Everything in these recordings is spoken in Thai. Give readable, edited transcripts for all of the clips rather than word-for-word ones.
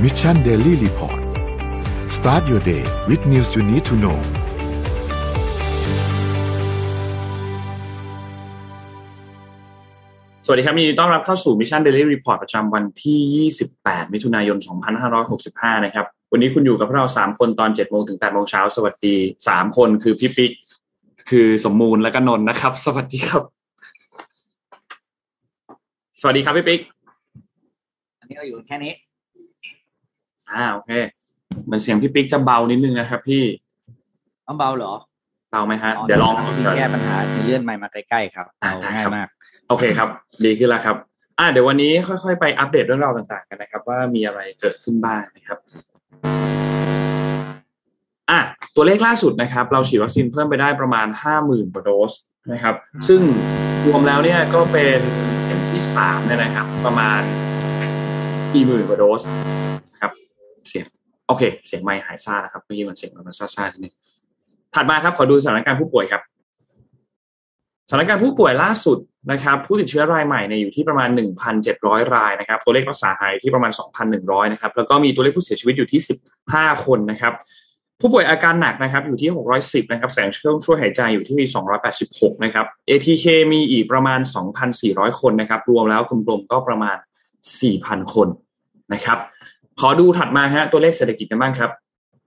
Mission Daily Report Start your day with news you need to know สวัสดีครับยินดีต้อนรับเข้าสู่ Mission Daily Report ประจำวันที่28มิถุนายน2565นะครับวันนี้คุณอยู่กับพวกเรา3คนตอน 7:00 นถึง 8:00 นสวัสดี3คนคือพี่ปิ๊กคือสมมูลและก็นนท์นะครับสวัสดีครับสวัสดีครับพี่ปิ๊กอันนี้เราอยู่แค่นี้โอเคเหมือนเสียงพี่ปิ๊กจะเบานิดนึงนะครับพี่เบาเหรอเบาไหมฮะเดี๋ยวลองแก้ปัญหาเลื่อนไมค์มาใกล้ๆครับเอาง่ายมากโอเคครับดีขึ้นแล้วครับเดี๋ยววันนี้ค่อยๆไปอัปเดตเรื่องราวต่างๆกันนะครับว่ามีอะไรเกิดขึ้นบ้างนะครับตัวเลขล่าสุดนะครับเราฉีดวัคซีนเพิ่มไปได้ประมาณ 50,000 กว่าโดสนะครับซึ่งรวมแล้วเนี่ยก็เป็นเข็มที่3เนี่ยนะครับประมาณ 40,000 กว่าโดสครับเสียงโอเคเสียงไมค์หายซ่าแล้วครับเมื่อกี้มันเสียงมันซ่าๆนิดนึงถัดมาครับขอดูสถานการณ์ผู้ป่วยครับสถานการณ์ผู้ป่วยล่าสุดนะครับผู้ติดเชื้อรายใหม่เนี่ยอยู่ที่ประมาณ 1,700 รายนะครับตัวเลขรักษาหายที่ประมาณ 2,100 นะครับแล้วก็มีตัวเลขผู้เสียชีวิตอยู่ที่15คนนะครับผู้ป่วยอาการหนักนะครับอยู่ที่610นะครับแสงเครื่องช่วยหายใจอยู่ที่286นะครับ ATK มีอีกประมาณ 2,400 คนนะครับรวมแล้วกลมๆก็ประมาณ 4,000 คนนะครับขอดูถัดมาฮะตัวเลขเศรษฐกิจกันบ้างครับ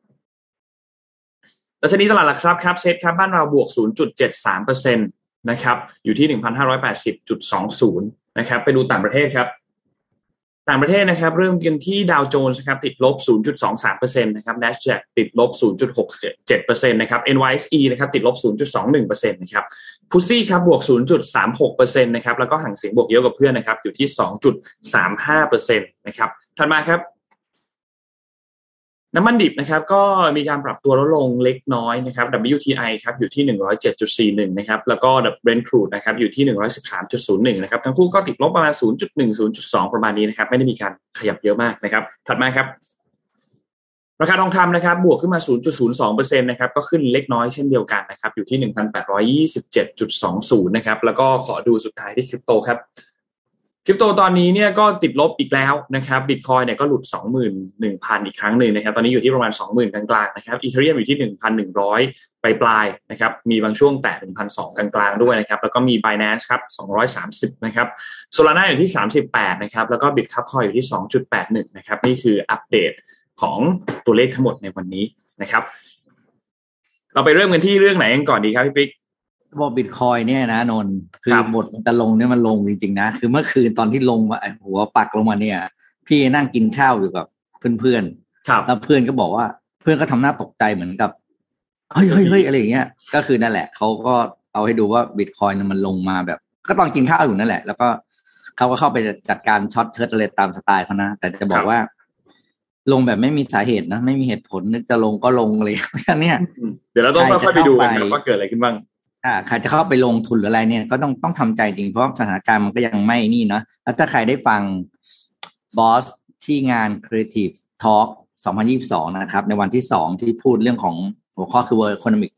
ดัชนีตลาดหลักทรัพย์ครับเซ็ตครับบ้านเราบวก 0.73% นะครับอยู่ที่ 1,580.20 นะครับไปดูต่างประเทศครับต่างประเทศนะครับเริ่มกันที่ดาวโจนส์ครับติดลบ 0.23% นะครับ Nasdaq ติดลบ 0.67% นะครับ NYSE นะครับติดลบ 0.21% นะครับฟุตซี่ครับบวก 0.36% นะครับแล้วก็หังเส็งบวกเยอะกว่าเพื่อนนะครับอยู่ที่ 2.35% นะครับถัดมาครับน้ำมันดิบนะครับก็มีการปรับตัวลดลงเล็กน้อยนะครับ WTI ครับอยู่ที่ 107.41 นะครับแล้วก็ Brent crude นะครับอยู่ที่ 113.01 นะครับทั้งคู่ก็ติดลบประมาณ 0.1 0.2 ประมาณนี้นะครับไม่ได้มีการขยับเยอะมากนะครับถัดมาครับราคาทองคำนะครับบวกขึ้นมา 0.02% นะครับก็ขึ้นเล็กน้อยเช่นเดียวกันนะครับอยู่ที่ 1,827.20 นะครับแล้วก็ขอดูสุดท้ายที่คริปโตครับคริปโตตอนนี้เนี่ยก็ติดลบอีกแล้วนะครับ Bitcoin เนี่ยก็หลุด 21,000 อีกครั้งหนึ่งนะครับตอนนี้อยู่ที่ประมาณ 20,000 กลางๆนะครับ Ethereum อยู่ที่ 1,100 ปลายๆนะครับมีบางช่วงแตะ 1,200 กลางๆด้วยนะครับแล้วก็มี Binance ครับ230นะครับ Solana อยู่ที่38นะครับแล้วก็ Bitcoin อยู่ที่ 2.81 นะครับนี่คืออัปเดตของตัวเลขทั้งหมดในวันนี้นะครับเราไปเริ่มกันที่เรื่องไหนกันก่อนดีครับพี่ปิ๊กบอกบิตคอยเนี่ยนะนนคือบทมันจะลงเนี่ยมันลงจริงๆนะคือเมื่อคืนตอนที่ลงมาหัวปักลงมาเนี่ยพี่นั่งกินข้าวอยู่กับเพื่อนๆแล้วเพื่อนก็บอกว่าเพื่อนก็ทำหน้าตกใจเหมือนกับเฮ้ยอะไรอย่างเงี้ยก็คือนั่นแหละเขาก็เอาให้ดูว่าบิตคอยมันลงมาแบบก็ตอนกินข้าวอยู่นั่นแหละแล้วก็เขาก็เข้าไปจัดการช็อตเชิร์ตอะไรตามสไตล์เขานะแต่จะบอกว่าลงแบบไม่มีสาเหตุนะไม่มีเหตุผลนึกจะลงก็ลงเลยแค่นี้เดี๋ยวเราต้องค่อยๆไปดูกันว่าเกิดอะไรขึ้นบ้างใครจะเข้าไปลงทุนหรืออะไรเนี่ยก็ต้องทำใจจริงเพราะสถานการณ์มันก็ยังไม่นี่เนาะแล้วถ้าใครได้ฟังบอสที่งาน Creative Talk 2022นะครับในวันที่2ที่พูดเรื่องของหัวข้อคือ World Economic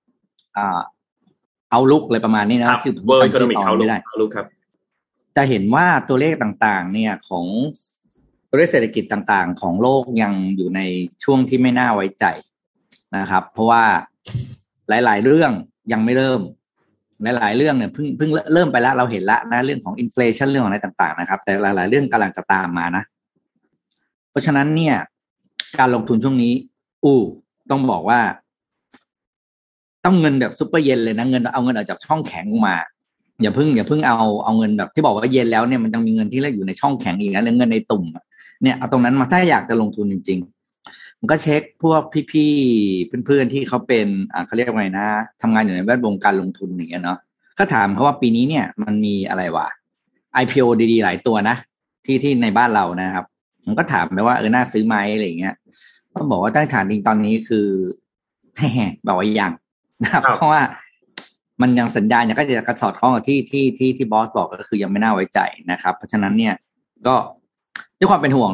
Outlook อะไรประมาณนี้นะคือ World Economic Outlook ครับจะเห็นว่าตัวเลขต่างๆเนี่ยของตัวเลขเศรษฐกิจต่างๆของโลกยังอยู่ในช่วงที่ไม่น่าไว้ใจนะครับเพราะว่าหลายๆเรื่องยังไม่เริ่มหลายๆเรื่องเนี่ยเพิ่งเริ่มไปแล้วเราเห็นแล้วนะเรื่องของอินเฟลชันเรื่องของอะไรต่างๆนะครับแต่หลายๆเรื่องกำลังจะตามมานะเพราะฉะนั้นเนี่ยการลงทุนช่วงนี้ต้องบอกว่าต้องเงินแบบซุปเปอร์เย็นเลยนะเอาเงินออกจากช่องแข็งมาอย่าเพิ่งเอาเงินแบบที่บอกว่าเย็นแล้วเนี่ยมันยังมีเงินที่เหลืออยู่ในช่องแข็งอีกนะเงินในตุ่มเนี่ยเอาตรงนั้นมาถ้าอยากจะลงทุนจริงๆมันก็เช็คพวกพี่ๆเพื่อนๆที่เขาเป็นเขาเรียกว่าไงนะทำงานอยู่ในแวดวงการลงทุนอย่างเงี้ยเนาะก็ถามเขาว่าปีนี้เนี่ยมันมีอะไรวะ IPO ดีๆหลายตัวนะที่ในบ้านเรานะครับผมก็ถามไปว่าน่าซื้อไหมอะไรอย่างเงี้ยก็บอกว่าตั้งฐานจริงตอนนี้คือบอกว่ายังนะครับเพราะว่ามันยังสัญญาณก็จะกระสอดคล้องกับที่บอสบอกก็คือยังไม่น่าไว้ใจนะครับเพราะฉะนั้นเนี่ยก็ด้วยความเป็นห่วง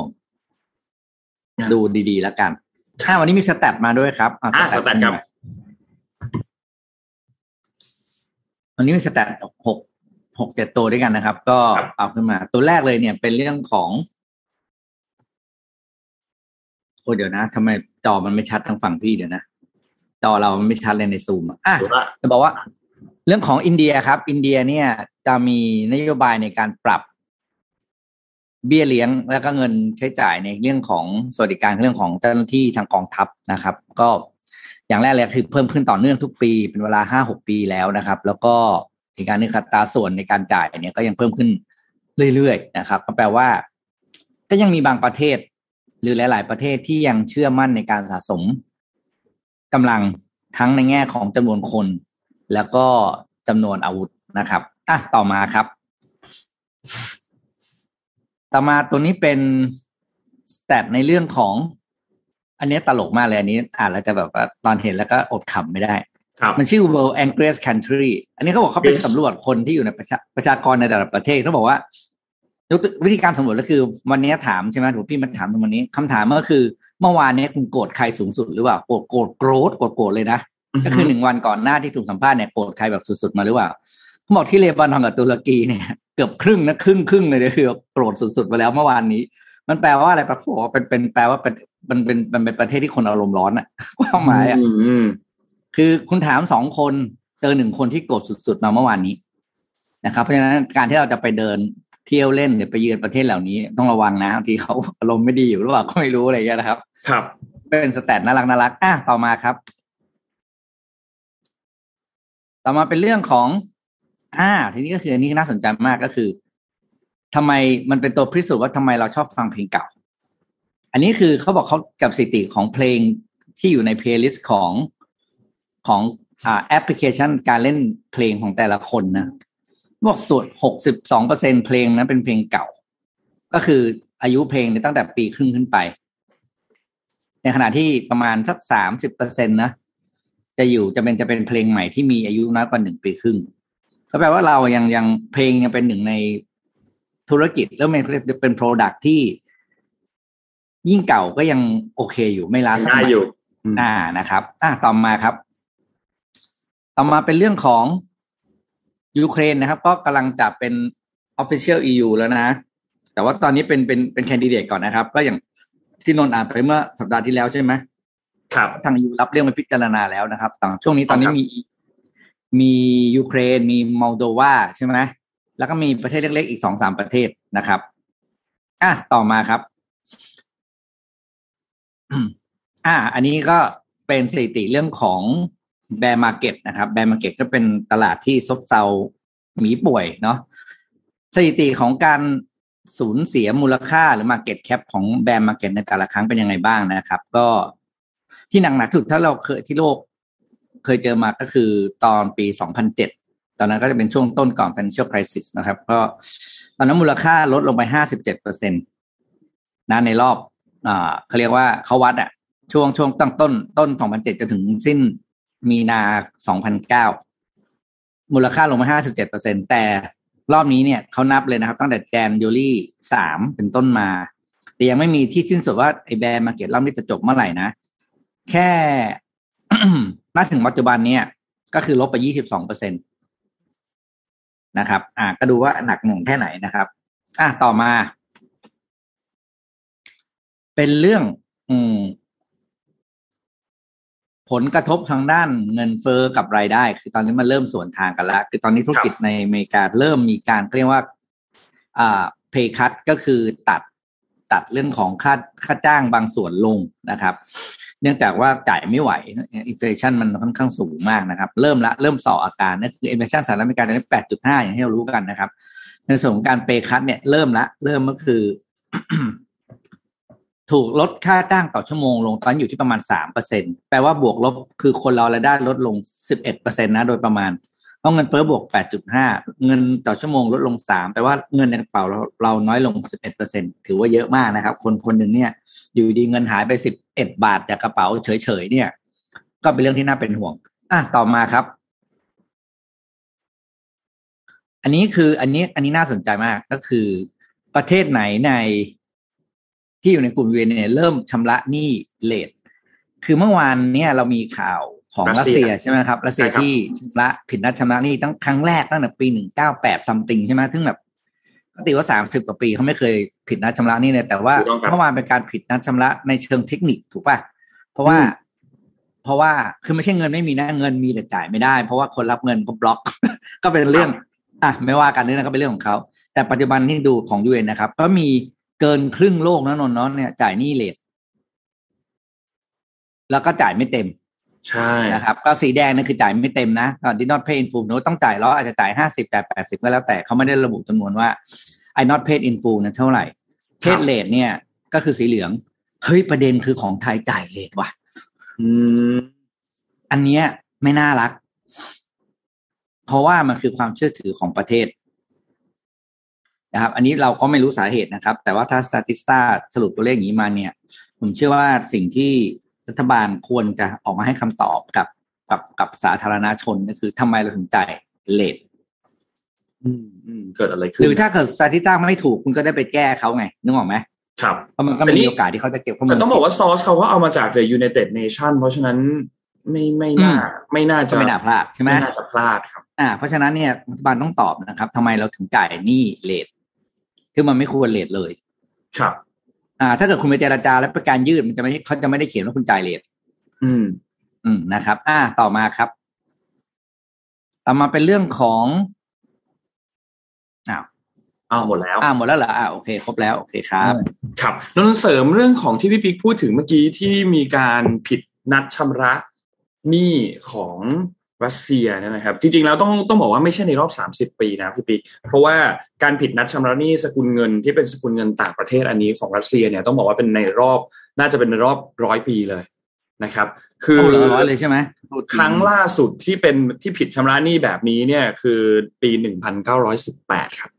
ดูดีๆแล้วกันวันนี้มีสแตทมาด้วยครับสแตทครับวันนี้มีสแตท6-7 ตัวด้วยกันนะครับก็เอาขึ้นมาตัวแรกเลยเนี่ยเป็นเรื่องของโอ้เดี๋ยวนะทำไมจอมันไม่ชัดทางฝั่งพี่เดี๋ยวนะจอเรามันไม่ชัดเลยในซูมจะบอกว่าเรื่องของอินเดียครับอินเดียเนี่ยจะมีนโยบายในการปรับเบี้ยเลี้ยงแล้วก็เงินใช้จ่ายในเรื่องของสวัสดิการเรื่องของเจ้าหน้าที่ทางกองทัพนะครับก็อย่างแรกเลยคือเพิ่มขึ้นต่อเนื่องทุกปีเป็นเวลา 5-6 ปีแล้วนะครับแล้วก็ในการนึกอัตราส่วนในการจ่ายเนี่ยก็ยังเพิ่มขึ้นเรื่อยๆนะครับก็แปลว่าก็ยังมีบางประเทศหรือหลายๆประเทศที่ยังเชื่อมั่นในการสะสมกำลังทั้งในแง่ของจำนวนคนแล้วก็จำนวนอาวุธนะครับต่อมาครับต่อมาตัวนี้เป็นสแตทในเรื่องของอันนี้ตลกมากเลยอันนี้อ่านแล้วจะแบบว่าตอนเห็นแล้วก็อดขำไม่ได้มันชื่อ World Angriest Country อันนี้เขาบอกเขาไปสำรวจคนที่อยู่ในประชากรในแต่ละประเทศเขาบอกว่าวิธีการสำรวจก็คือวันนี้ถามใช่ไหมถูกพี่มาถามตรงวันนี้คำถามก็คือเมื่อวานนี้คุณโกรธใครสูงสุดหรือเปล่าโกรธเลยนะก็คือ1วันก่อนหน้าที่ถูกสัมภาษณ์เนี่ยโกรธใครแบบสุดๆมาหรือเปล่าเขาบอกที่เลบานอนกับตุรกีเนี่ยเกือบครึ่งเลยคือโกรธสุดๆไปแล้วเมื่อวานนี้มันแปลว่าอะไรแปลว่าเป็นแปลว่ามันเป็นประเทศที่คนอารมณ์ร้อนอ่ะความหมายอ่ะคือคุณถาม2คนเจอ1คนที่โกรธสุดๆมาเมื่อวานนี้นะครับเพราะฉะนั้นการที่เราจะไปเดินเที่ยวเล่นหรือไปเยือนประเทศเหล่านี้ต้องระวังนะบางทีเขาอารมณ์ไม่ดีอยู่หรือเปล่าก็ไม่รู้อะไรอย่างเงี้ยนะครับครับเป็นสแตทน่ารักต่อมาครับต่อมาเป็นเรื่องของทีนี้ก็คืออันนี้น่าสนใจมากก็คือทำไมมันเป็นตัวพิสูจน์ว่าทำไมเราชอบฟังเพลงเก่าอันนี้คือเขาบอกเขากับสถิติของเพลงที่อยู่ในเพลย์ลิสต์ของแอปพลิเคชันการเล่นเพลงของแต่ละคนนะบอกส่วน 62% เพลงนั้นเป็นเพลงเก่าก็คืออายุเพลงตั้งแต่ปีครึ่งขึ้นไปในขณะที่ประมาณสัก 30% นะจะเป็นเพลงใหม่ที่มีอายุน้อยกว่า1ปีครึ่งก็แปลว่าเรายังเพลงยังเป็นหนึ่งในธุรกิจแล้วเป็น product ที่ยิ่งเก่าก็ยังโอเคอยู่ไม่ล้าสมัยอยู่นะครับต่อมาครับต่อมาเป็นเรื่องของยูเครนนะครับก็กำลังจะเป็น official EU แล้วนะแต่ว่าตอนนี้เป็นแคนดิเดตก่อนนะครับก็อย่างที่นนท์อ่านไปเมื่อสัปดาห์ที่แล้วใช่ไหมครับทาง EU รับเรื่องไปพิจารณาแล้วนะครับช่วงนี้ตอนนี้มียูเครนมีมอลโดวาใช่ไหมแล้วก็มีประเทศเล็กๆอีก 2-3 ประเทศนะครับต่อมาครับอันนี้ก็เป็นสถิติเรื่องของแบร์มาร์เก็ตนะครับแบร์มาร์เก็ตก็เป็นตลาดที่ซบเซาหมีป่วยเนาะสถิติของการสูญเสียมูลค่าหรือ market cap ของแบร์มาร์เก็ตในแต่ละครั้งเป็นยังไงบ้างนะครับก็ที่หนักๆสุดถ้าเราที่โลกเคยเจอมาก็คือตอนปี 2007 ตอนนั้นก็จะเป็นช่วงต้นก่อน financial crisis นะครับก็ตอนนั้นมูลค่าลดลงไป 57% นะในรอบเขาเรียกว่าเขาวัดช่วงต้น 2007 จนถึงสิ้นมีนา 2009 มูลค่าลงมา 57% แต่รอบนี้เนี่ยเขานับเลยนะครับตั้งแต่January 3เป็นต้นมาแต่ยังไม่มีที่สิ้นสุดว่าไอ้แบร์มาร์เก็ตรอบนี้จะจบเมื่อไหร่นะแค่ ณ ถึงปัจจุบันเนี่ยก็คือลบไป 22% นะครับก็ดูว่าหนักหน่วงแค่ไหนนะครับต่อมาเป็นเรื่องผลกระทบทางด้านเงินเฟ้อกับรายได้คือตอนนี้มันเริ่มสวนทางกันแล้วคือตอนนี้ธุรกิจในอเมริกาเริ่มมีการเรียกว่าpay cut ก็คือตัดเรื่องของค่าจ้างบางส่วนลงนะครับเนื่องจากว่าจ่ายไม่ไหวอินเฟลชันมันค่อนข้างสูงมากนะครับเริ่มส่ออาการนั่นคืออินเฟลชันสหรัฐอเมริกาตอนนี้ 8.5 อย่างที่เรารู้กันนะครับในส่วนของการ pay cut เนี่ยเริ่มก็คือ ถูกลดค่าจ้างต่อชั่วโมงลงตอนอยู่ที่ประมาณ 3% แปลว่าบวกลบคือคนเรารายได้ลดลง 11% นะโดยประมาณเพราะเงินเฟ้อบวก 8.5 เงินต่อชั่วโมงลดลง3แปลว่าเงินในกระเป๋าเราน้อยลง 11% ถือว่าเยอะมากนะครับคนนึงเนี่ยอยู่ดีเงินหายไป11 บาทจากกระเป๋าเฉยๆเนี่ยก็เป็นเรื่องที่น่าเป็นห่วงต่อมาครับอันนี้น่าสนใจมากก็คือประเทศไหนในที่อยู่ในกลุ่ม UN เนี่ยเริ่มชำระหนี้เลทคือเมื่อวานเนี่ยเรามีข่าวของรัสเซียใช่ไหมครับรัสเซียที่ชำระผิดนัดชำระหนี้ตั้งครั้งแรกตั้งแต่ปี1998 ซัมติงใช่ไหมซึ่งแบบปกติว่า30 กว่าปีเขาไม่เคยผิดนัดชำระนี่เนี่ยแต่ว่าเมื่อวานเป็นการผิดนัดชำระในเชิงเทคนิคถูกป่ะเพราะว่าคือไม่ใช่เงินไม่มีนะเงินมีแต่จ่ายไม่ได้เพราะว่าคนรับเงินก็บล็อก ก็เป็นเรื่องไม่ว่ากันนี่นะก็เป็นเรื่องของเขาแต่ปัจจุบันที่ดูของ UN นะครับก็มีเกินครึ่งโลกนะนนท์เนี่ยจ่ายหนี้เลทแล้วก็จ่ายไม่เต็มใช่นะครับก็สีแดงนั่นคือจ่ายไม่เต็มนะdid not pay in full นะต้องจ่ายแล้วอาจจะจ่าย50จ่าย80ก็แล้วแต่เขาไม่ได้ระบุจำนวนว่า I not paid in full นั้นเท่าไหร่ paid rate เนี่ยก็คือสีเหลืองเฮ้ยประเด็นคือของไทยจ่ายเลทว่ะอันเนี้ยไม่น่ารักเพราะว่ามันคือความเชื่อถือของประเทศนะครับอันนี้เราก็ไม่รู้สาเหตุนะครับแต่ว่าถ้า Statista สรุปตัวเลขอย่างนี้มาเนี่ยผมเชื่อว่าสิ่งที่รัฐบาลควรจะออกมาให้คำตอบกับสาธารณชนก็คือทำไมเราถึงจ่ายเลทเกิดอะไรขึ้นหรือถ้าเกิด Statista ไม่ถูกคุณก็ได้ไปแก้เขาไงนึกออกไหมครับเพราะมันก็มีโอกาสที่เขาจะเก็บข้อมูลแต่ต้องบอกว่าซอร์สเขาก็เอามาจาก The United Nation เพราะฉะนั้นไม่น่าจะพลาดใช่ไหมไม่น่าจะพลาดครับเพราะฉะนั้นเนี่ยรัฐบาลต้องตอบนะครับทำไมเราถึงจ่ายหนี้เลทคือมันไม่ควรเลทเลยครับถ้าเกิดคุณไปเจรจาแล้วประการยืดมันจะไม่เขาจะไม่ได้เขียนว่าคุณจ่ายเลทนะครับต่อมาครับต่อมาเป็นเรื่องของหมดแล้วหมดแล้วเหรอโอเคครบแล้วโอเคครับครับแล้วเสริมเรื่องของที่พี่ปิ๊กพูดถึงเมื่อกี้ที่มีการผิดนัดชำระหนี้ของรัสเซียนะครับจริงๆแล้วต้องบอกว่าไม่ใช่ในรอบ30ปีนะพี่ปิ๊กเพราะว่าการผิดนัดชำระหนี้สกุลเงินที่เป็นสกุลเงินต่างประเทศอันนี้ของรัสเซียเนี่ยต้องบอกว่าเป็นในรอบน่าจะเป็นในรอบ100ปีเลยนะครับคือ100เลยใช่ไหมครั้งล่าสุดที่ผิดชำระหนี้แบบนี้เนี่ยคือปี1918ครับ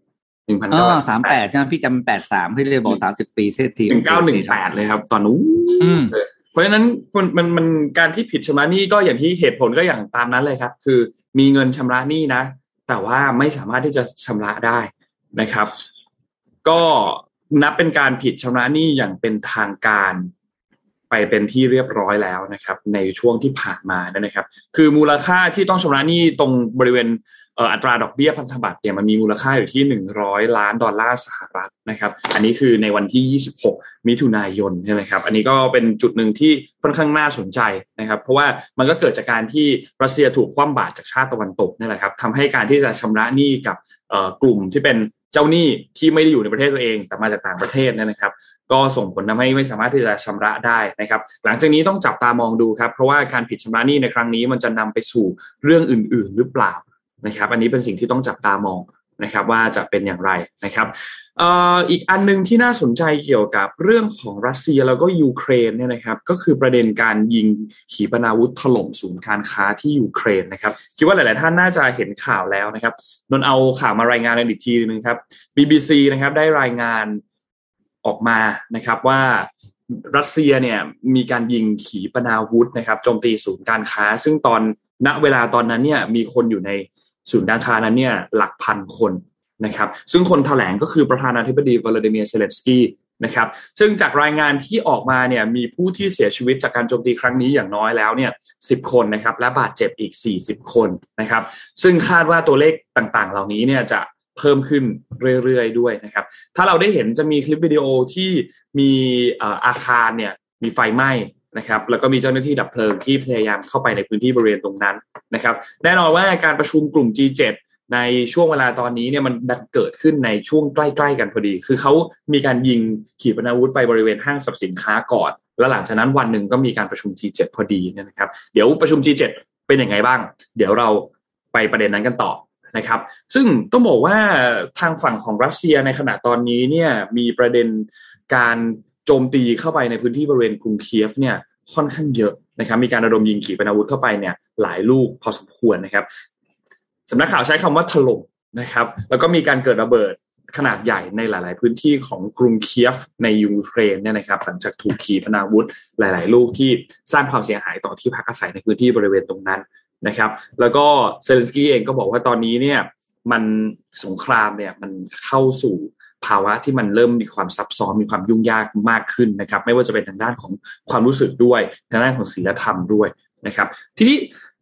1938ใช่ไหมพี่จำ83พี่เลยบอก30ปีเศรษฐี 1918เลยครับตอนนู้นเพราะฉะนั้นมันการที่ผิดชำระหนี้ก็อย่างที่เหตุผลก็อย่างตามนั้นเลยครับคือมีเงินชำระหนี้นะแต่ว่าไม่สามารถที่จะชำระได้นะครับก็นับเป็นการผิดชำระหนี้อย่างเป็นทางการไปเป็นที่เรียบร้อยแล้วนะครับในช่วงที่ผ่านมานะครับคือมูลค่าที่ต้องชำระหนี้ตรงบริเวณอัตราดอกเบี้ยพันธบัตรเนี่ยมันมีมูลค่าอยู่ที่$100 ล้านนะครับอันนี้คือในวันที่26มิถุนายนใช่ไหมครับอันนี้ก็เป็นจุดหนึ่งที่ค่อนข้างน่าสนใจนะครับเพราะว่ามันก็เกิดจากการที่รัสเซียถูกคว่ำบาตรจากชาติตะวันตกนี่แหละครับทำให้การที่จะชำระหนี้กับกลุ่มที่เป็นเจ้าหนี้ที่ไม่ได้อยู่ในประเทศตัวเองแต่มาจากต่างประเทศนะครับก็ส่งผลทำให้ไม่สามารถที่จะชำระได้นะครับหลังจากนี้ต้องจับตามองดูครับเพราะว่าการผิดชำระหนี้ในครั้งนี้มันจะนำไปสู่เรื่องอื่นๆหรือเปล่านะครับอันนี้เป็นสิ่งที่ต้องจับตามองนะครับว่าจะเป็นอย่างไรนะครับอีกอันนึงที่น่าสนใจเกี่ยวกับเรื่องของรัสเซียแล้วก็ยูเครนเนี่ยนะครับก็คือประเด็นการยิงขีปนาวุธถล่มศูนย์การค้าที่ยูเครนนะครับคิดว่าหลายๆท่านน่าจะเห็นข่าวแล้วนะครับนนเอาข่าวมารายงานอีกทีนึงครับ BBC นะครับได้รายงานออกมานะครับว่ารัสเซียเนี่ยมีการยิงขีปนาวุธนะครับโจมตีศูนย์การค้าซึ่งณเวลาตอนนั้นเนี่ยมีคนอยู่ในศูนย์การค้านั้นเนี่ยหลักพันคนนะครับซึ่งคนแถลงก็คือประธานาธิบดีวลาดิเมียร์เซเลนสกี้นะครับซึ่งจากรายงานที่ออกมาเนี่ยมีผู้ที่เสียชีวิตจากการโจมตีครั้งนี้อย่างน้อยแล้วเนี่ย10 คนนะครับและบาดเจ็บอีก40 คนนะครับซึ่งคาดว่าตัวเลขต่างๆเหล่านี้เนี่ยจะเพิ่มขึ้นเรื่อยๆด้วยนะครับถ้าเราได้เห็นจะมีคลิปวิดีโอที่มีอาคารเนี่ยมีไฟไหม้นะครับแล้วก็มีเจ้าหน้าที่ดับเพลิงที่พยายามเข้าไปในพื้นที่บริเวณตรงนั้นนะครับแน่นอนว่าการประชุมกลุ่ม G7 ในช่วงเวลาตอนนี้เนี่ยมันเกิดขึ้นในช่วงใกล้ๆกันพอดีคือเขามีการยิงขีปนาวุธไปบริเวณห้างสรรพสินค้าก่อนแล้วหลังจากนั้นวันหนึ่งก็มีการประชุม G7 พอดีนะครับเดี๋ยวประชุม G7 เป็นยังไงบ้างเดี๋ยวเราไปประเด็นนั้นกันต่อนะครับซึ่งต้องบอกว่าทางฝั่งของรัสเซียในขณะตอนนี้เนี่ยมีประเด็นการโจมตีเข้าไปในพื้นที่บริเวณกรุงเคียฟเนี่ยค่อนข้างเยอะนะครับมีการระดมยิงขีปนาวุธเข้าไปเนี่ยหลายลูกพอสมควรนะครับสำนักข่าวใช้คำว่าถล่มนะครับแล้วก็มีการเกิดระเบิดขนาดใหญ่ในหลายๆพื้นที่ของกรุงเคียฟในยูเครนเนี่ยนะครับหลังจากถูกขีปนาวุธหลายๆลูกที่สร้างความเสียหายต่อที่พักอาศัยในพื้นที่บริเวณตรงนั้นนะครับแล้วก็เซเลนสกี้เองก็บอกว่าตอนนี้เนี่ยมันสงครามเนี่ยมันเข้าสู่ภาวะที่มันเริ่มมีความซับซ้อนมีความยุ่งยากมากขึ้นนะครับไม่ว่าจะเป็นทางด้านของความรู้สึกด้วยทางด้านของศีลธรรมด้วยนะครับทีนี้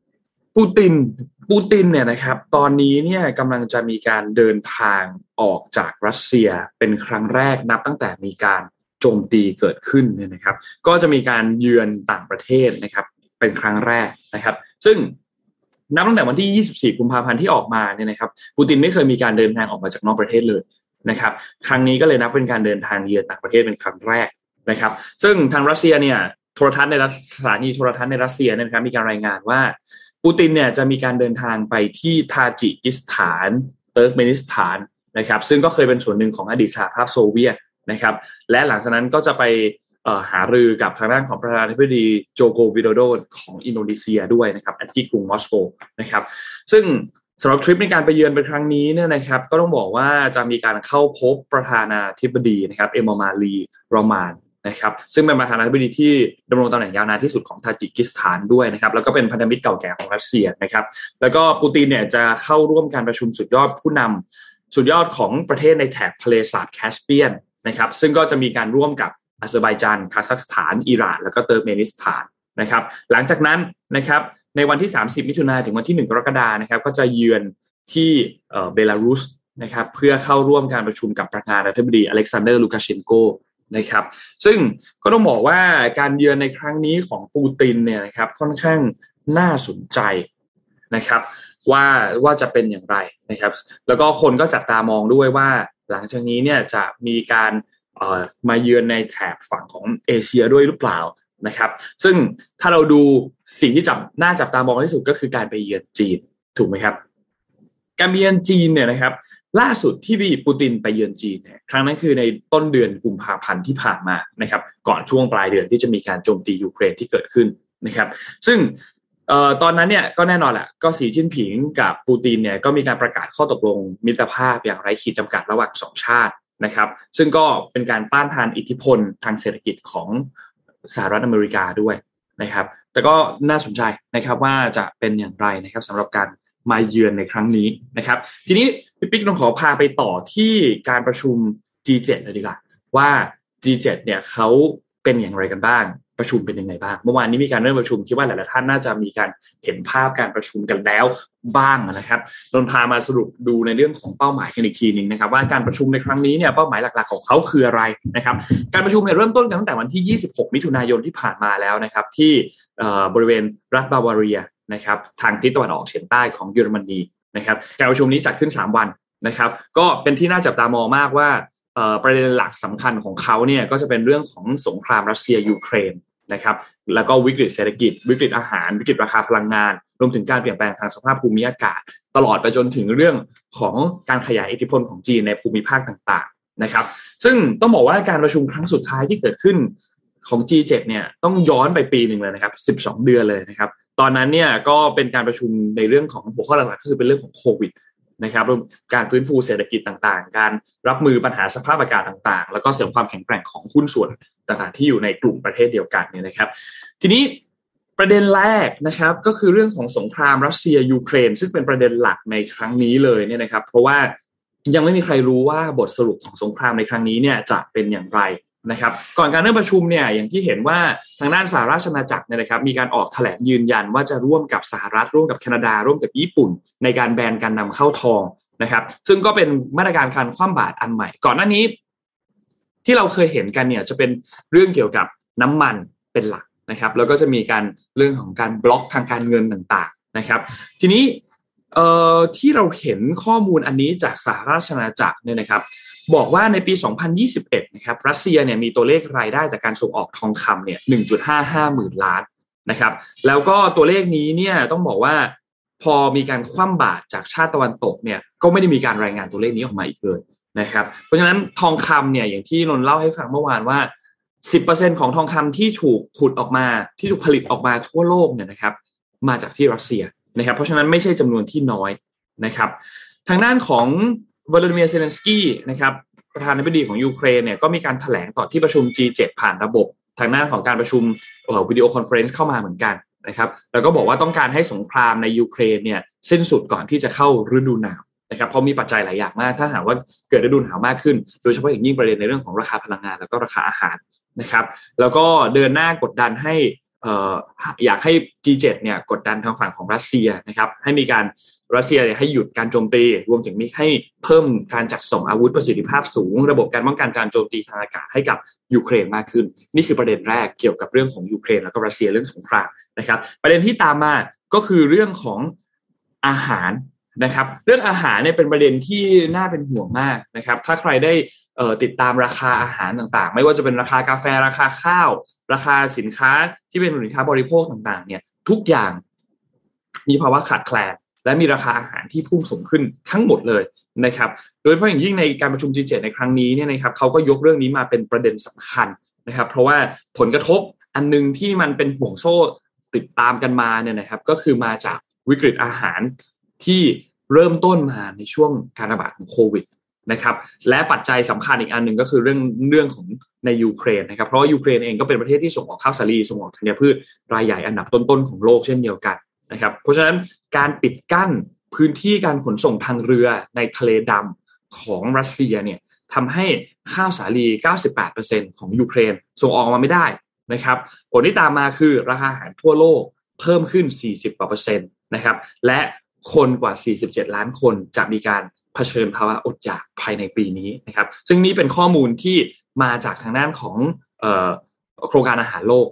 ปูตินเนี่ยนะครับตอนนี้เนี่ยกำลังจะมีการเดินทางออกจากรัสเซียเป็นครั้งแรกนับตั้งแต่มีการโจมตีเกิดขึ้นเนี่ยนะครับก็จะมีการเยือนต่างประเทศนะครับเป็นครั้งแรกนะครับซึ่งนับตั้งแต่วันที่24กุมภาพันธ์ที่ออกมาเนี่ยนะครับปูตินไม่เคยมีการเดินทางออกมาจากนอกประเทศเลยนะครับครั้งนี้ก็เลยนับเป็นการเดินทางเยือนต่างประเทศเป็นครั้งแรกนะครับซึ่งทางรัสเซียเนี่ยสถานีโทรทัศน์ในรัสเซียนะครับมีการรายงานว่าปูตินเนี่ยจะมีการเดินทางไปที่ทาจิกิสถานเติร์กเมนิสถานนะครับซึ่งก็เคยเป็นส่วนหนึ่งของอดีตสหภาพโซเวียตนะครับและหลังจากนั้นก็จะไปหารือกับทางด้านของประธานาธิบดีโจโกวิโดโดของอินโดนีเซียด้วยนะครับที่กรุงมอสโกนะครับซึ่งสำหรับทริปในการไปเยือนเป็นครั้งนี้เนี่ยนะครับก็ต้องบอกว่าจะมีการเข้าพบประธานาธิบดีนะครับเอมมาลีรอมานนะครับซึ่งเป็นประธานาธิบดีที่ดำรงตำแหน่งยาวนานที่สุดของทาจิกิสถานด้วยนะครับแล้วก็เป็นพันธมิตรเก่าแก่ของรัสเซียนะครับแล้วก็ปูตินเนี่ยจะเข้าร่วมการประชุมสุดยอดผู้นำสุดยอดของประเทศในแถบทะเลสาบแคสเปียนนะครับซึ่งก็จะมีการร่วมกับอาเซอร์ไบจานคาซัคสถานอิหร่านแล้วก็เติร์กเมนิสถานนะครับหลังจากนั้นนะครับในวันที่30มิถุนายนถึงวันที่1กรกฎาคมนะครับก็จะเยือนที่เบลารุสนะครับเพื่อเข้าร่วมการประชุมกับประธานาธิบดีอเล็กซานเดอร์ลูกาเชนโกนะครับซึ่งก็ต้องบอกว่าการเยือนในครั้งนี้ของปูตินเนี่ยนะครับค่อนข้างน่าสนใจนะครับว่าจะเป็นอย่างไรนะครับแล้วก็คนก็จับตามองด้วยว่าหลังจากนี้เนี่ยจะมีการมาเยือนในแถบฝั่งของเอเชียด้วยหรือเปล่านะครับซึ่งถ้าเราดูสิ่งที่น่าจับตามองที่สุดก็คือการไปเยือนจีนถูกไหมครับการไปเยือนจีนเนี่ยนะครับล่าสุดที่ปูตินไปเยือนจีนเนี่ยครั้งนั้นคือในต้นเดือนกุมภาพันธ์ที่ผ่านมานะครับก่อนช่วงปลายเดือนที่จะมีการโจมตียูเครนที่เกิดขึ้นนะครับซึ่งตอนนั้นเนี่ยก็แน่นอนแหละก็สีจิ้นผิงกับปูตินเนี่ยก็มีการประกาศข้อตกลงมิตรภาพอย่างไร้ขีดจำกัดระหว่างสองชาตินะครับซึ่งก็เป็นการต้านทานอิทธิพลทางเศรษฐกิจของสหรัฐอเมริกาด้วยนะครับแต่ก็น่าสนใจนะครับว่าจะเป็นอย่างไรนะครับสำหรับการมาเยือนในครั้งนี้นะครับทีนี้พี่ปิ๊กต้องขอพาไปต่อที่การประชุม G7 เลยดีกว่าว่า G7 เนี่ยเขาเป็นอย่างไรกันบ้างประชุมเป็นยังไงบ้างเมื่อวานนี้มีการเริ่มประชุมคิดว่าหลายๆท่านน่าจะมีการเห็นภาพการประชุมกันแล้วบ้างนะครับนนพามาสรุปดูในเรื่องของเป้าหมายกันอีกทีนึงนะครับว่าการประชุมในครั้งนี้เนี่ยเป้าหมายหลักๆของเขาคืออะไรนะครับการประชุมเนี่ยเริ่มต้นกันตั้งแต่วันที่26มิถุนายนที่ผ่านมาแล้วนะครับที่บริเวณรัฐบาวาเรียนะครับทางทิศตะวันออกเฉียงใต้ของเยอรมนีนะครับการประชุมนี้จัดขึ้น3วันนะครับก็เป็นที่น่าจับตามองมากว่าประเด็นหลักสำคัญของเขาเนี่ยก็จะเป็นเรื่องของสงครามรัสเซียยูเครนนะครับแล้วก็วิกฤตเศรษฐกิจวิกฤตอาหารวิกฤตราคาพลังงานรวมถึงการเปลี่ยนแปลงทางสภาพภูมิอากาศตลอดไปจนถึงเรื่องของการขยายอิทธิพลของจีนในภูมิภาคต่างๆนะครับซึ่งต้องบอกว่าการประชุมครั้งสุดท้ายที่เกิดขึ้นของ G7 เนี่ยต้องย้อนไปปีนึงเลยนะครับ12เดือนเลยนะครับตอนนั้นเนี่ยก็เป็นการประชุมในเรื่องของหัวข้อหลักๆก็คือเป็นเรื่องของโควิดนะครับการฟื้นฟูเศรษฐกิจต่างๆการรับมือปัญหาสภาพอากาศต่างๆแล้วก็เสริมความแข็งแกร่งของหุ้นส่วนต่างๆที่อยู่ในกลุ่มประเทศเดียวกันเนี่ยนะครับทีนี้ประเด็นแรกนะครับก็คือเรื่องของสงครามรัสเซียยูเครนซึ่งเป็นประเด็นหลักในครั้งนี้เลยเนี่ยนะครับเพราะว่ายังไม่มีใครรู้ว่าบทสรุปของสงครามในครั้งนี้เนี่ยจะเป็นอย่างไรนะครับก่อนการเริ่มประชุมเนี่ยอย่างที่เห็นว่าทางด้านสหราชอาณาจักรเนี่ยนะครับมีการออกแถลงยืนยันว่าจะร่วมกับสหรัฐร่วมกับแคนาดาร่วมกับญี่ปุ่นในการแบนการนำเข้าทองนะครับซึ่งก็เป็นมาตรการการคว่ำบาตรอันใหม่ก่อนหน้านี้ที่เราเคยเห็นกันเนี่ยจะเป็นเรื่องเกี่ยวกับน้ำมันเป็นหลักนะครับแล้วก็จะมีการเรื่องของการบล็อกทางการเงินต่างๆนะครับทีนี้ที่เราเห็นข้อมูลอันนี้จากสหราชอาณาจักรเนี่ยนะครับบอกว่าในปี 2021 นะครับรัสเซียเนี่ยมีตัวเลขรายได้จากการส่งออกทองคำเนี่ย 1.55 หมื่นล้านนะครับแล้วก็ตัวเลขนี้เนี่ยต้องบอกว่าพอมีการคว่ำบาตรจากชาติตะวันตกเนี่ยก็ไม่ได้มีการรายงานตัวเลขนี้ออกมาอีกเลยนะครับเพราะฉะนั้นทองคำเนี่ยอย่างที่นนท์เล่าให้ฟังเมื่อวานว่า 10% ของทองคำที่ถูกขุดออกมาที่ถูกผลิตออกมาทั่วโลกเนี่ยนะครับมาจากที่รัสเซียนะครับเพราะฉะนั้นไม่ใช่จำนวนที่น้อยนะครับทางด้านของวลาดิเมียร์เซเลนสกี้นะครับประธานาธิบดีของยูเครนเนี่ยก็มีการแถลงต่อที่ประชุม G7 ผ่านระบบทางด้านของการประชุมวิดีโอคอนเฟอเรนซ์เข้ามาเหมือนกันนะครับแล้วก็บอกว่าต้องการให้สงครามในยูเครนเนี่ยสิ้นสุดก่อนที่จะเข้าฤดูหนาวนะครับเพราะมีปัจจัยหลายอย่างมากถ้าหากว่าเกิดฤดูหนาวมากขึ้นโดยเฉพาะอย่างยิ่งประเด็นในเรื่องของราคาพลังงานแล้วก็ราคาอาหารนะครับแล้วก็เดินหน้ากดดันให้อยากให้ G7 เนี่ยกดดันทางฝั่งของรัสเซียนะครับให้มีการรัสเซียให้หยุดการโจมตีรวมถึงมีให้เพิ่มการจัดส่งอาวุธประสิทธิภาพสูงระบบการป้องกันการโจมตีทางอากาศให้กับยูเครนมากขึ้นนี่คือประเด็นแรกเกี่ยวกับเรื่องของยูเครนแล้วก็รัสเซียเรื่องสงครามนะครับประเด็นที่ตามมาก็คือเรื่องของอาหารนะครับเรื่องอาหารเนี่ยเป็นประเด็นที่น่าเป็นห่วงมากนะครับถ้าใครได้ติดตามราคาอาหารต่างๆไม่ว่าจะเป็นราคากาแฟราคาข้าวราคาสินค้าที่เป็นสินค้าบริโภคต่างๆเนี่ยทุกอย่างมีภาวะขาดแคลนและมีราคาอาหารที่พุ่งสูงขึ้นทั้งหมดเลยนะครับโดยเฉพาะอย่างยิ่งในการประชุม G7 ในครั้งนี้เนี่ยนะครับเขาก็ยกเรื่องนี้มาเป็นประเด็นสำคัญนะครับเพราะว่าผลกระทบอันนึงที่มันเป็นห่วงโซ่ติดตามกันมาเนี่ยนะครับก็คือมาจากวิกฤตอาหารที่เริ่มต้นมาในช่วงการระบาดของโควิดนะครับและปัจจัยสำคัญอีกอันหนึ่งก็คือเรื่องของในยูเครนนะครับเพราะว่ายูเครนเองก็เป็นประเทศที่ส่งออกข้าวสาลีส่งออกธัญพืชรายใหญ่อันดับต้นๆของโลกเช่นเดียวกันนะครับเพราะฉะนั้นการปิดกั้นพื้นที่การขนส่งทางเรือในทะเลดำของรัสเซียเนี่ยทำให้ข้าวสาลี 98% ของยูเครนส่งออกมาไม่ได้นะครับผลที่ตามมาคือราคาอาหารทั่วโลกเพิ่มขึ้น 40% นะครับและคนกว่า47ล้านคนจะมีการเผชิญภาวะอดอยากภายในปีนี้นะครับซึ่งนี้เป็นข้อมูลที่มาจากทางด้านของโครงการอาหารโลก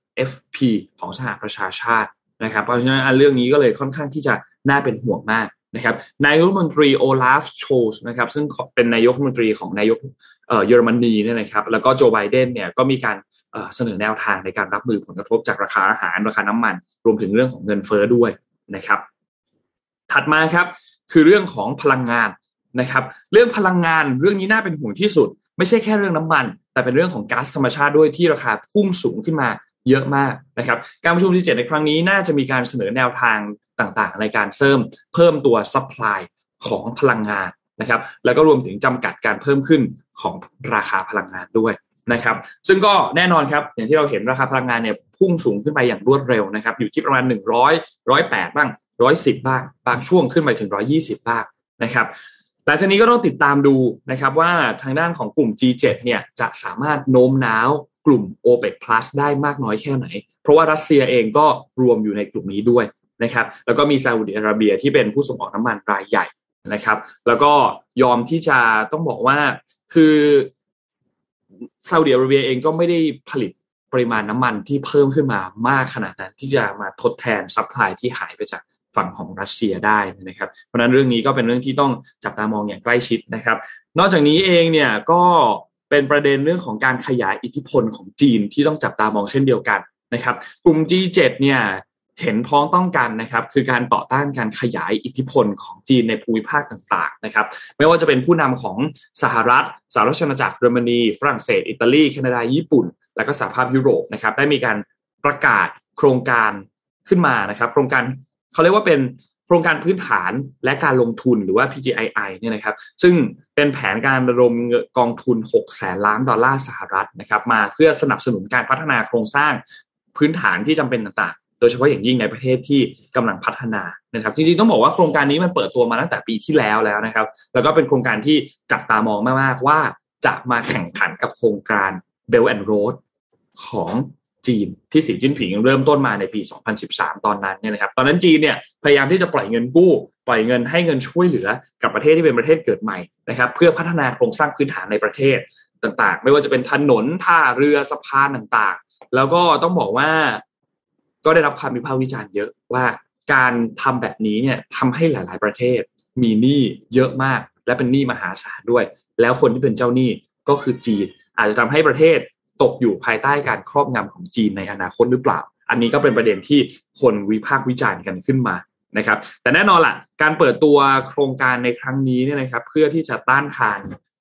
WFP ของสหประชาชาตินะครับเพราะฉะนั้นเรื่องนี้ก็เลยค่อนข้างที่จะน่าเป็นห่วงมากนะครับนายกรัฐมนตรีโอลาฟโชลส์นะครับซึ่งเป็นนายกรัฐมนตรีของนายกเยอรมนีเนี่ยนะครับแล้วก็โจไบเดนเนี่ยก็มีการเสนอแนวทางในการรับมือผลกระทบจากราคาอาหารราคาน้ำมันรวมถึงเรื่องของเงินเฟ้อด้วยนะครับถัดมาครับคือเรื่องของพลังงานนะครับเรื่องพลังงานเรื่องนี้น่าเป็นห่วงที่สุดไม่ใช่แค่เรื่องน้ำมันแต่เป็นเรื่องของก๊าซธรรมชาติด้วยที่ราคาพุ่งสูงขึ้นมาเยอะมากนะครับการประชุมที่ 7ในครั้งนี้น่าจะมีการเสนอแนวทางต่างๆในการเพิ่มตัวซัพพลายของพลังงานนะครับแล้วก็รวมถึงจำกัดการเพิ่มขึ้นของราคาพลังงานด้วยนะครับซึ่งก็แน่นอนครับอย่างที่เราเห็นราคาพลังงานเนี่ยพุ่งสูงขึ้นไปอย่างรวดเร็วนะครับอยู่ที่ประมาณ100 108บ้าง110บ้างบางช่วงขึ้นไปถึง120บ้างนะครับหลังจากนี้ก็ต้องติดตามดูนะครับว่าทางด้านของกลุ่ม G7 เนี่ยจะสามารถโน้มน้าวกลุ่ม OPEC Plus ได้มากน้อยแค่ไหนเพราะว่ารัสเซียเองก็รวมอยู่ในกลุ่มนี้ด้วยนะครับแล้วก็มีซาอุดิอาระเบียที่เป็นผู้ส่งออกน้ำมันรายใหญ่นะครับแล้วก็ยอมที่จะต้องบอกว่าคือซาอุดิอาระเบียเองก็ไม่ได้ผลิตปริมาณน้ำมันที่เพิ่มขึ้นมามากขนาดนั้นที่จะมาทดแทนซัพพลายที่หายไปจากฝั่งของรัสเซียได้นะครับเพราะฉะนั้นเรื่องนี้ก็เป็นเรื่องที่ต้องจับตามองอย่างใกล้ชิดนะครับนอกจากนี้เองเนี่ยก็เป็นประเด็นเรื่องของการขยายอิทธิพลของจีนที่ต้องจับตามองเช่นเดียวกันนะครับกลุ่ม G7 เนี่ยเห็นพ้องต้องกันนะครับคือการต่อต้านการขยายอิทธิพลของจีนในภูมิภาคต่างๆนะครับไม่ว่าจะเป็นผู้นำของสหรัฐสหราชอาณาจักรเยอรมนีฝรั่งเศสอิตาลีแคนาดาญี่ปุ่นและก็สหภาพยุโรปนะครับได้มีการประกาศโครงการขึ้นมานะครับโครงการเขาเรียกว่าเป็นโครงการพื้นฐานและการลงทุนหรือว่า PGII เนี่ยนะครับซึ่งเป็นแผนการระดมกองทุน$600 ล้านสหรัฐนะครับมาเพื่อสนับสนุนการพัฒนาโครงสร้างพื้นฐานที่จำเป็นต่างๆโดยเฉพาะอย่างยิ่งในประเทศที่กำลังพัฒนานะครับจริงๆต้องบอกว่าโครงการนี้มันเปิดตัวมาตั้งแต่ปีที่แล้วนะครับแล้วก็เป็นโครงการที่จับตามองมากๆว่าจะมาแข่งขันกับโครงการ Belt and Road ของจีนที่สีจิ้นผิงเริ่มต้นมาในปี 2013 ตอนนั้นเนี่ยนะครับตอนนั้นจีนเนี่ยพยายามที่จะปล่อยเงินกู้ปล่อยเงินให้เงินช่วยเหลือกับประเทศที่เป็นประเทศเกิดใหม่นะครับเพื่อพัฒนาโครงสร้างพื้นฐานในประเทศต่างๆไม่ว่าจะเป็นถนนท่าเรือสะพานต่างๆแล้วก็ต้องบอกว่าก็ได้รับความวิพากษ์วิจารณ์เยอะว่าการทำแบบนี้เนี่ยทำให้หลายๆประเทศมีหนี้เยอะมากและเป็นหนี้มหาศาลด้วยแล้วคนที่เป็นเจ้าหนี้ก็คือจีนอาจจะทำให้ประเทศตกอยู่ภายใต้การครอบงำของจีนในอนาคตหรือเปล่าอันนี้ก็เป็นประเด็นที่คนวิพากษ์วิจารณ์กันขึ้นมานะครับแต่แน่นอนล่ะการเปิดตัวโครงการในครั้งนี้เนี่ยนะครับเพื่อที่จะต้านทาน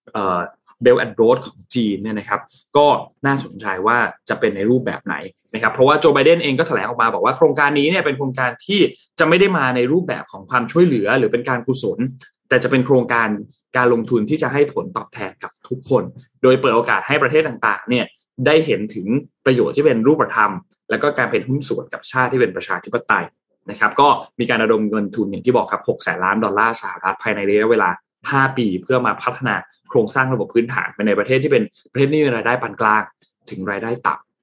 Belt and Road ของจีนเนี่ยนะครับก็น่าสนใจว่าจะเป็นในรูปแบบไหนนะครับเพราะว่าโจไบเดนเองก็แถลงออกมาบอกว่าโครงการนี้เนี่ยเป็นโครงการที่จะไม่ได้มาในรูปแบบของความช่วยเหลือหรือเป็นการกุศลแต่จะเป็นโครงการลงทุนที่จะให้ผลตอบแทนกับทุกคนโดยเปิดโอกาสให้ประเทศต่างๆเนี่ยได้เห็นถึงประโยชน์ที่เป็นรูปธรรมและก็การเป็นหุ้นส่วนกับชาติที่เป็นประชาธิปไตยนะครับก็มีการระดมเงินทุนอย่างที่บอกครับ$600 ล้านสหรัฐภายในระยะเวลา5 ปีเพื่อมาพัฒนาโครงสร้างระบบพื้นฐานในประเทศที่เป็นประเทศที่มีรายได้ปานกลางถึงรายได้ต่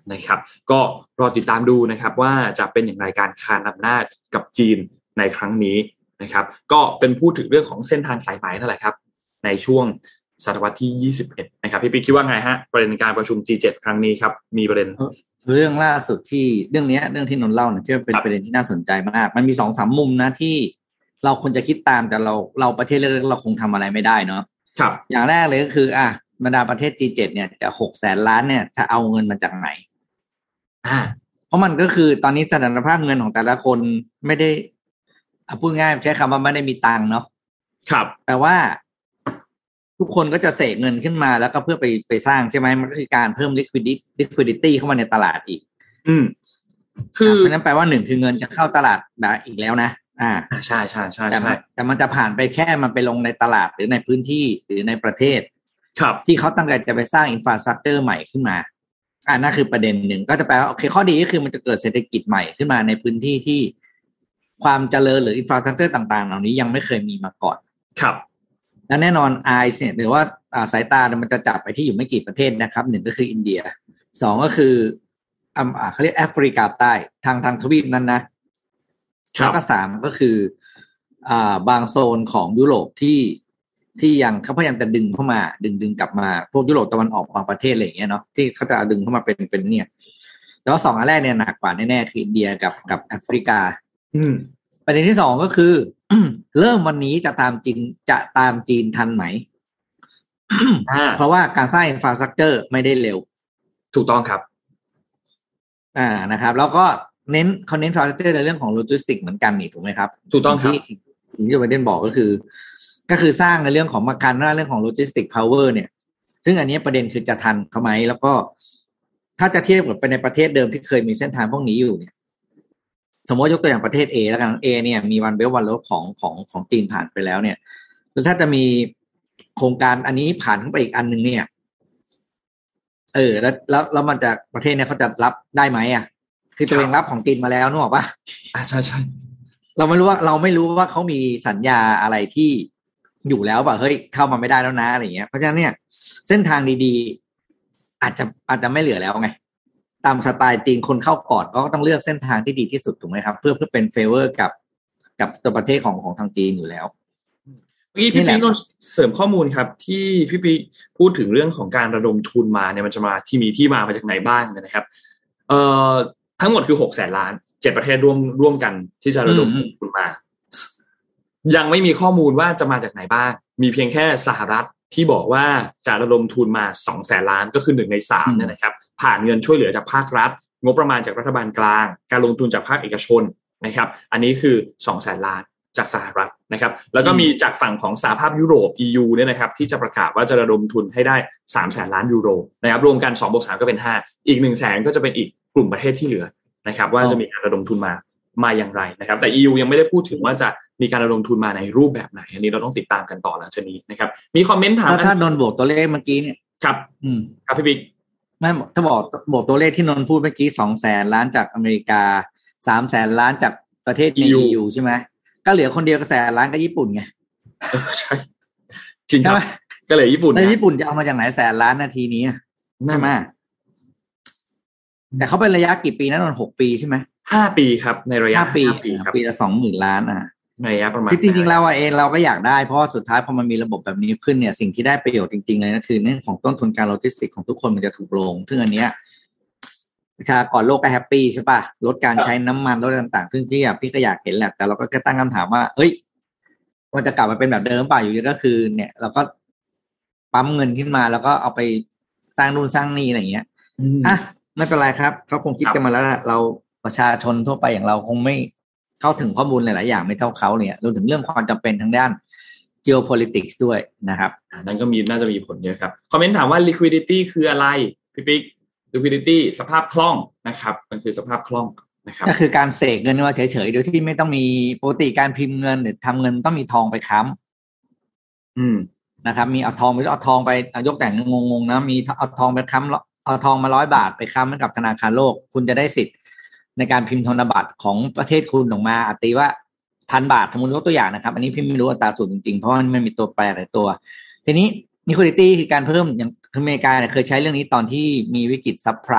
นะครับก็รอติดตามดูนะครับว่าจะเป็นอย่างไรการคานอำนาจกับจีนในครั้งนี้นะครับก็เป็นพูดถึงเรื่องของเส้นทางสายไหมนั่นแหละครับในช่วงศตวรรษที่21นะครับพี่ปิ๊กคิดว่าไงฮะประเด็นการประชุม G7 ครั้งนี้ครับมีประเด็นเรื่องล่าสุดที่เรื่องที่นนท์เล่าเนี่ยที่เป็นประเด็นที่น่าสนใจมากมันมี 2-3 มุมนะที่เราควรจะคิดตามแต่เราประเทศเล็กๆเราคงทำอะไรไม่ได้เนาะครับอย่างแรกเลยก็คือบรรดาประเทศ G7 เนี่ยจะ600,000 ล้านเนี่ยจะเอาเงินมาจากไหนเพราะมันก็คือตอนนี้สถานภาพเงินของแต่ละคนไม่ได้พูดง่ายใช้คำว่าไม่ได้มีตังค์เนาะครับแปลว่าทุกคนก็จะเสกเงินขึ้นมาแล้วก็เพื่อไปสร้างใช่ไหมมันก็คือการเพิ่ม liquidity เข้ามาในตลาดอีกคือเพราะนั้นแปลว่า1คือเงินจะเข้าตลาดแบบอีกแล้วนะใช่ๆๆแต่มันจะผ่านไปแค่มันไปลงในตลาดหรือในพื้นที่หรือในประเทศครับที่เขาตั้งใจจะไปสร้างอินฟราสตรัคเจอร์ใหม่ขึ้นมานั่นคือประเด็นหนึ่งก็จะแปลว่าโอเคข้อดีก็คือมันจะเกิดเศรษฐกิจใหม่ขึ้นมาในพื้นที่ที่ความเจริญหรืออินฟราสตรัคเจอร์ต่างๆเหล่านี้ยังไม่เคยมีมาก่อนครับและแน่นอน eyes เนี่ยหรือว่าสายตามันจะจับไปที่อยู่ไม่กี่ประเทศนะครับ1ก็คืออินเดีย2ก็คือเขาเรียกแอฟริกาใต้ทางทวีปนั้นนะแล้วก็3ก็คือบางโซนของยุโรปที่ยังเขาพยายามจะดึงเข้ามาดึงกลับมาพวกยุโรปตะวันออกบางประเทศอะไรอย่างเงี้ยเนาะที่เขาจะดึงเข้ามาเป็นเนี่ยแต่ว่า2อันแรกเนี่ยหนักกว่าแน่ๆคืออินเดียกับแอฟริกาประเด็นที่2ก็คือ เริ่มวันนี้จะตามจีนทันไหม เพราะว่าการสร้างอินฟราสตรัคเจอร์ไม่ได้เร็วถูกต้องครับนะครับแล้วก็เขาเน้นอินฟราสตรัคเจอร์ในเรื่องของโลจิสติกเหมือนกันนี่ถูกไหมครับถูกต้องครับที่โจไบเดนบอกก็คือสร้างในเรื่องของมาการเรื่องของโลจิสติกพาวเวอร์เนี่ยซึ่งอันนี้ประเด็นคือจะทันเขาไหมแล้วก็ถ้าจะเทียบกับไปในประเทศเดิมที่เคยมีเส้นทางพวกนี้อยู่เนี่ยสมมติยกตัวอย่างประเทศ A แล้วกัน A เนี่ยมีวันเบลวันโรดของจีนผ่านไปแล้วเนี่ยแล้วถ้าจะมีโครงการอันนี้ผ่านขึ้นไปอีกอันนึงเนี่ยแล้วมันจะประเทศเนี่ยเขาจะรับได้ไหมคือตัวเองรับของจีนมาแล้วนึกออกป่ะใช่เราไม่รู้ว่าเขามีสัญญาอะไรที่อยู่แล้วป่ะเฮ้ยเข้ามาไม่ได้แล้วนะอะไรเงี้ยเพราะฉะนั้นเนี่ยเส้นทางดีๆอาจจะไม่เหลือแล้วไงตามสไตล์จีนคนเข้าก่อนก็ต้องเลือกเส้นทางที่ดีที่สุดถูกไหมครับเพื่อเป็นเฟเวอร์กับตัวประเทศของทางจีนอยู่แล้วเมื่อกี้พี่ปิ๊กเสริมข้อมูลครับที่พี่ปิ๊กพูดถึงเรื่องของการระดมทุนมาเนี่ยมันจะมาที่มาจากไหนบ้างนะครับทั้งหมดคือ600,000 ล้าน7ประเทศร่วมกันที่จะระดมทุนมายังไม่มีข้อมูลว่าจะมาจากไหนบ้างมีเพียงแค่สหรัฐที่บอกว่าจะระดมทุนมา200,000 ล้านก็คือ1ใน3เนี่ยนะครับผ่านเงินช่วยเหลือจากภาครัฐงบประมาณจากรัฐบาลกลางการลงทุนจากภาคเอกชนนะครับอันนี้คือ200,000 ล้านจากสหรัฐนะครับแล้วก็มีจากฝั่งของสหภาพยุโรป EU เนี่ยนะครับที่จะประกาศว่าจะระดมทุนให้ได้300,000 ล้านยูโรนะครับรวมกัน2 + 3ก็เป็น5อีก 100,000 ก็จะเป็นอีกกลุ่มประเทศที่เหลือนะครับว่าจะมีการระดมทุนมาอย่างไรนะครับแต่ EU ยังไม่ได้พูดถึงว่าจะมีการระดมทุนมาในรูปแบบไหนอันนี้เราต้องติดตามกันต่อหลังจากนี้นะครับมีคอมเมนต์ถามถ้านนท์บอกตัวเลขเมื่อกี้เนี่ยครับครับพี่บิ๊กไม่ถ้าบอกตัวเลขที่นนท์พูดเมื่อกี้200,000 ล้านจากอเมริกา300,000 ล้านจากประเทศใน EU ใช่ไหมก็เหลือคนเดียวก็100,000 ล้านก็ญี่ปุ่นไงใช่จริงครับก็เหลือญี่ปุ่นแล้วญี่ปุ่นจะเอามาจากไหน100,000 ล้านนาทีนี้ใช่ไหมแต่เขาเป็นระยะกี่ปีนะนนท์6 ปีใช่ไหม 5 ปีครับในระยะ5 ปีครับปีละ 20,000 ล้านในระยะประมาณจริงๆเราเองเราก็อยากได้เพราะสุดท้ายพอมันมีระบบแบบนี้ขึ้นเนี่ยสิ่งที่ได้ประโยชน์จริงๆเลยก็คือเรื่องของต้นทุนการโลจิสติกของทุกคนมันจะถูกลงซึ่งอันเนี้ยประชากรโลกก็แฮปปี้ใช่ป่ะลดการใช้น้ำมันลดต่างๆซึ่งพี่ก็อยากเห็นแหละแต่เราก็แค่ตั้งคำถามว่าเอ้ยมันจะกลับมาเป็นแบบเดิมป่ะอยู่ดีก็คือเนี่ยเราก็ปั๊มเงินขึ้นมาแล้วก็เอาไปสร้างนู่นสร้างนี่อะไรอย่างเงี้ยไม่เป็นไรครับเขาคงคิดกันมาแล้วเราประชาชนทั่วไปอย่างเราคงไม่เข้าถึงข้อมูลหลายๆอย่างไม่เท่าเขาเนี่ยรวมถึงเรื่องความจำเป็นทางด้าน geopolitics ด้วยนะครับนั่นก็น่าจะมีผลเยอะครับคอมเมนต์ถามว่า liquidity คืออะไรพี่ปิ๊ก liquidity สภาพคล่องนะครับมันคือสภาพคล่องนะครับก็คือการเสกเงินมาเฉยๆโดยที่ไม่ต้องมีปกติการพิมพ์เงินหรือทำเงินต้องมีทองไปค้ำนะครับมีเอาทองไปยกแต่งงงๆนะมีเอาทองไปค้ำเอาทองมา100 บาทไปค้ำให้กับธนาคารโลกคุณจะได้สิทธิ์ในการพิมพ์ธนบัตรของประเทศคุณออกมาตีว่า 1,000 บาทสมมุติยกตัวอย่างนะครับอันนี้พี่ไม่รู้อัตราส่วนจริงๆเพราะมันไม่มีตัวแปรหลายตัวทีนี้ liquidity คือการเพิ่มอย่างอเมริกาเนี่ยเคยใช้เรื่องนี้ตอนที่มีวิกฤตซับไพรม์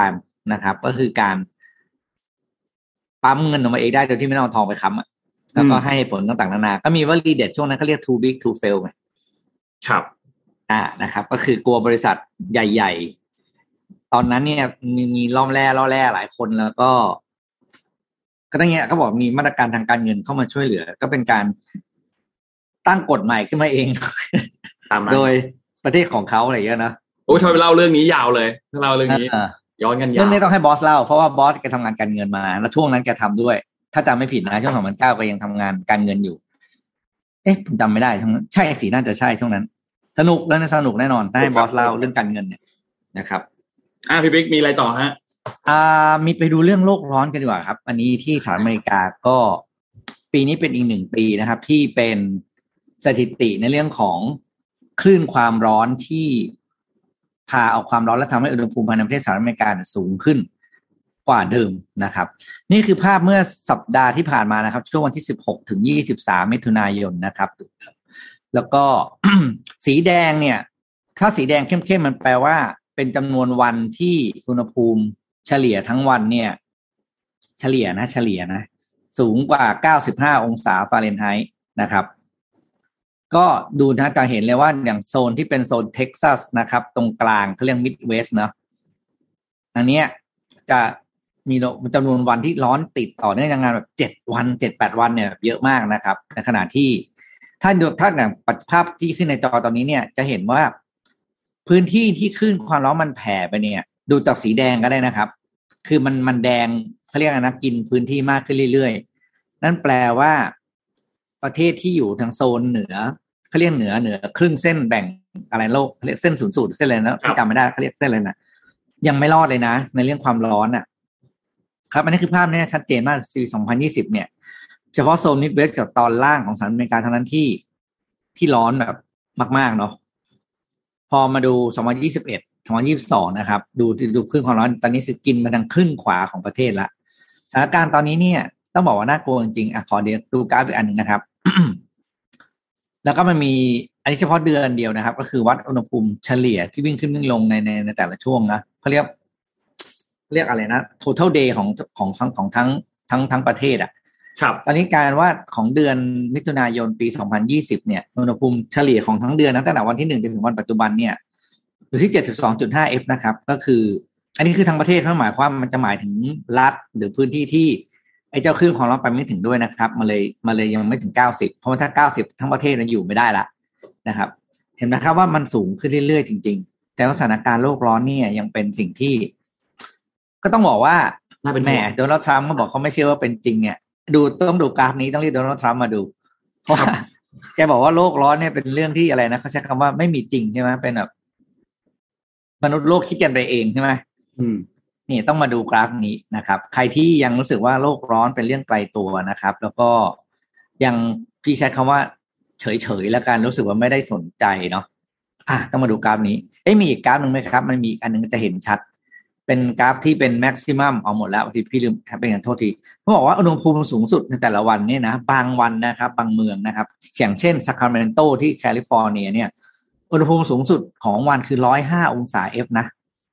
นะครับก็คือการปั๊มเงินออกมาเองได้โดยที่ไม่ต้องเอาทองไปค้ำแล้วก็ให้ผลต่างๆนานาก็มีวลีเด็ดช่วงนั้นเขาเรียก too big to fail ไงครับนะครับก็คือกลัวบริษัทใหญ่ๆตอนนั้นเนี่ยมีล่อแร่หลายคนแล้วก็ตั้งเงี้ยก็บอกมีมาตรการทางการเงินเข้ามาช่วยเหลือก็เป็นการตั้งกฎใหม่ขึ้นมาเองโดยประเทศของเขาอะไรอย่างเงี้ยนะโอ้ยทำไมเล่าเรื่องนี้ยาวเลยถ้าเล่าเรื่องนี้ย้อนกันยาวเรื่องนี้ต้องให้บอสเล่าเพราะว่าบอสแกทำงานการเงินมาแล้วช่วงนั้นแกทำด้วยถ้าจำไม่ผิดนะช่วง2009ก็ยังทำงานการเงินอยู่ผมจำไม่ได้ช่วงนั้นใช่สิน่าจะใช่ช่วงนั้นสนุกแล้วนะสนุกแน่นอนถ้าให้บอสเล่าเรื่องการเงินเนี่ยนะครับพี่บิ๊กมีอะไรต่อฮะมีไปดูเรื่องโลกร้อนกันดีกว่าครับอันนี้ที่สหรัฐอเมริกาก็ปีนี้เป็นอีก1 ปีนะครับที่เป็นสถิติในเรื่องของคลื่นความร้อนที่พาเอาความร้อนและทำให้อุณหภูมิภายในประเทศสหรัฐอเมริกาสูงขึ้นกว่าเดิมนะครับนี่คือภาพเมื่อสัปดาห์ที่ผ่านมานะครับช่วงวันที่16ถึง23มิถุนายนนะครับแล้วก็ สีแดงเนี่ยถ้าสีแดงเข้มๆมันแปลว่าเป็นจำนวนวันที่อุณหภูมิเฉลี่ยทั้งวันเนี่ยเฉลี่ยนะสูงกว่า95องศาฟาเรนไฮต์นะครับก็ดูนะจะเห็นเลยว่าอย่างโซนที่เป็นโซนเท็กซัสนะครับตรงกลางเขาเรียกมิดเวสต์เนาะอันเนี้ยจะมีจำนวนวันที่ร้อนติดต่อเนื่องงานแบบ7 วัน 7-8 วันเนี่ยเยอะมากนะครับในขณะที่ถ้าอย่างภาพที่ขึ้นในจอตอนนี้เนี่ยจะเห็นว่าพื้นที่ที่คลื่นความร้อนมันแผ่ไปเนี่ยดูจากสีแดงก็ได้นะครับคือมันแดงเขาเรียกนะกินพื้นที่มากขึ้นเรื่อยๆนั่นแปลว่าประเทศที่อยู่ทางโซนเหนือเขาเรียกเหนือครึ่งเส้นแบ่งอะไรโลกเรียกเส้นศูนย์สูตรเส้นอะไรนะจำไม่ได้เขาเรียกเส้นอะไรนะยังไม่รอดเลยนะในเรื่องความร้อนครับอันนี้คือภาพนี้ชัดเจนมากปี2020เนี่ยเฉพาะโซนมิดเวสต์กับตอนล่างของสหรัฐอเมริกาเท่านั้นที่ร้อนแบบมากๆเนาะพอมาดู2021 2022นะครับดูคลื่นความร้อนตอนนี้คือกินมาทางครึ่งขวาของประเทศละสถานการณ์ตอนนี้เนี่ยต้องบอกว่าน่ากลัวจริงๆขอเดี๋ยวดูกราฟอีกอันนึงนะครับ แล้วก็มันมีอันนี้เฉพาะเดือนเดียวนะครับก็คือวัดอุณหภูมิเฉลี่ยที่วิ่งขึ้นวิ่งลงในแต่ละช่วงนะเขาเรียกอะไรนะ total day ของทั้งประเทศครับตอนนี้การว่าของเดือนมิถุนายนปี2020เนี่ยอุณหภูมิเฉลี่ยของทั้งเดือนตั้งแต่วันที่1จนถึงวันปัจจุบันเนี่ยอยู่ที่ 72.5 F นะครับก็คืออันนี้คือทั้งประเทศหมายความมันจะหมายถึงรัฐหรือพื้นที่ที่ไอ้เจ้าคลื่นความร้อนไปไม่ถึงด้วยนะครับมาเลยยังไม่ถึง90เพราะว่าถ้า90ทั้งประเทศมันอยู่ไม่ได้ละนะครับเห็นไหมครับว่ามันสูงขึ้นเรื่อยๆจริงๆแต่สถานการณ์โลกร้อนเนี่ยยังเป็นสิ่งที่ก็ต้องบอกว่าแหมโดนัลด์ทรัมป์ก็บอกเขาไม่เชื่อว่าเป็นจริงเนี่ยต้องดูกราฟนี้ต้องเรียกโดนัลด์ทรัมป์มาดูเพราะแกบอกว่าโลกร้อนเนี่ยเป็นเรื่องที่อะไรนะเขาใช้คำว่าไม่มีจริงใช่ไหมเป็นแบบมนุษย์โลกคิดกันไปเองใช่ไหมนี่ต้องมาดูกราฟนี้นะครับใครที่ยังรู้สึกว่าโลกร้อนเป็นเรื่องไกลตัวนะครับแล้วก็ยังพี่ใช้คำว่าเฉยๆแล้วกันรู้สึกว่าไม่ได้สนใจเนาะต้องมาดูกราฟนี้มีอีกกราฟนึงไหมครับมันมีอีกอันนึงจะเห็นชัดเป็นกราฟที่เป็นแม็กซิมัมเอาหมดแล้วที่พี่ลืมเป็นอย่างโทษทีเขาบอกว่าอุณหภูมิสูงสุดในแต่ละวันเนี่ยนะบางวันนะครับบางเมืองนะครับอย่างเช่นซัคราเมนโตที่แคลิฟอร์เนียเนี่ยอุณหภูมิสูงสุดของวันคือ105องศา F นะ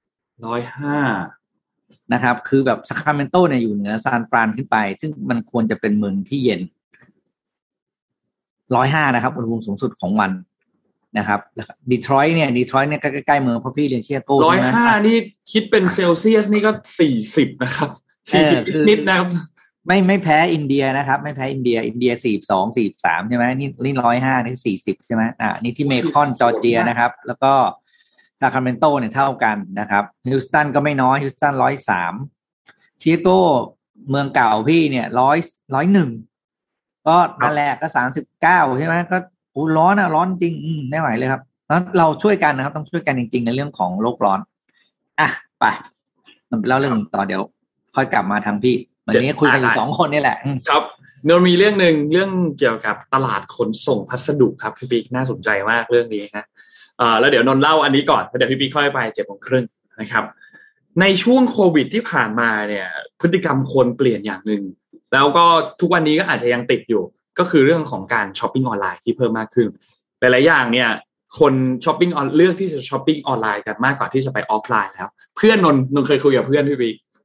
105นะครับคือแบบซัคราเมนโตเนี่ยอยู่เหนือซานฟรานขึ้นไปซึ่งมันควรจะเป็นเมืองที่เย็น105นะครับอุณหภูมิสูงสุดของวันนะครับดีทรอยต์เนี่ยใกล้ๆเมืองเพราะพี่เรียนเชียโก้ใช่ไหม 105นี่คิดเป็นเซลเซียสนี่ก็40นะครับ40นิดนะครับไม่แพ้อินเดียนะครับไม่แพ้อินเดีย42 43ใช่ไหมนี่105นี่40ใช่ไหมนี่ที่เมคอนจอร์เจียนะครับแล้วก็ซาคราเมนโตเนี่ยเท่ากันนะครับฮิวสตันก็ไม่น้อยฮิวสตัน103ชิคาโกเมืองเก่าพี่เนี่ย101ก็นั่นแหละก็39ใช่ไหมก็ร้อนร้อนจริงไม่ไหวเลยครับแล้วเราช่วยกันนะครับต้องช่วยกันจริงๆในเรื่องของโลกร้อนไปเล่าเรื่องต่อเดี๋ยวค่อยกลับมาทางพี่วันนี้คุยกันอยู่2คนนี่แหละครับเดี๋ยวมีเรื่องนึงเรื่องเกี่ยวกับตลาดขนส่งพัสดุครับพี่ปิ๊กน่าสนใจมากเรื่องนี้ฮะแล้วเดี๋ยวนนท์เล่าอันนี้ก่อนเดี๋ยวพี่ปิ๊กค่อยไป 7:30 น.นะครับในช่วงโควิดที่ผ่านมาเนี่ยพฤติกรรมคนเปลี่ยนอย่างนึงแล้วก็ทุกวันนี้ก็อาจจะยังติดอยู่ก็คือเรื่องของการช้อปปิ้งออนไลน์ที่เพิ่มมากขึ้นหลายๆอย่างเนี่ยคนช้อปปิ้งเลือกที่จะช้อปปิ้งออนไลน์กันมากกว่าที่จะไปออฟไลน์แล้วเพื่อนนนเคยคุยกับเพื่อนพี่บิ๊ก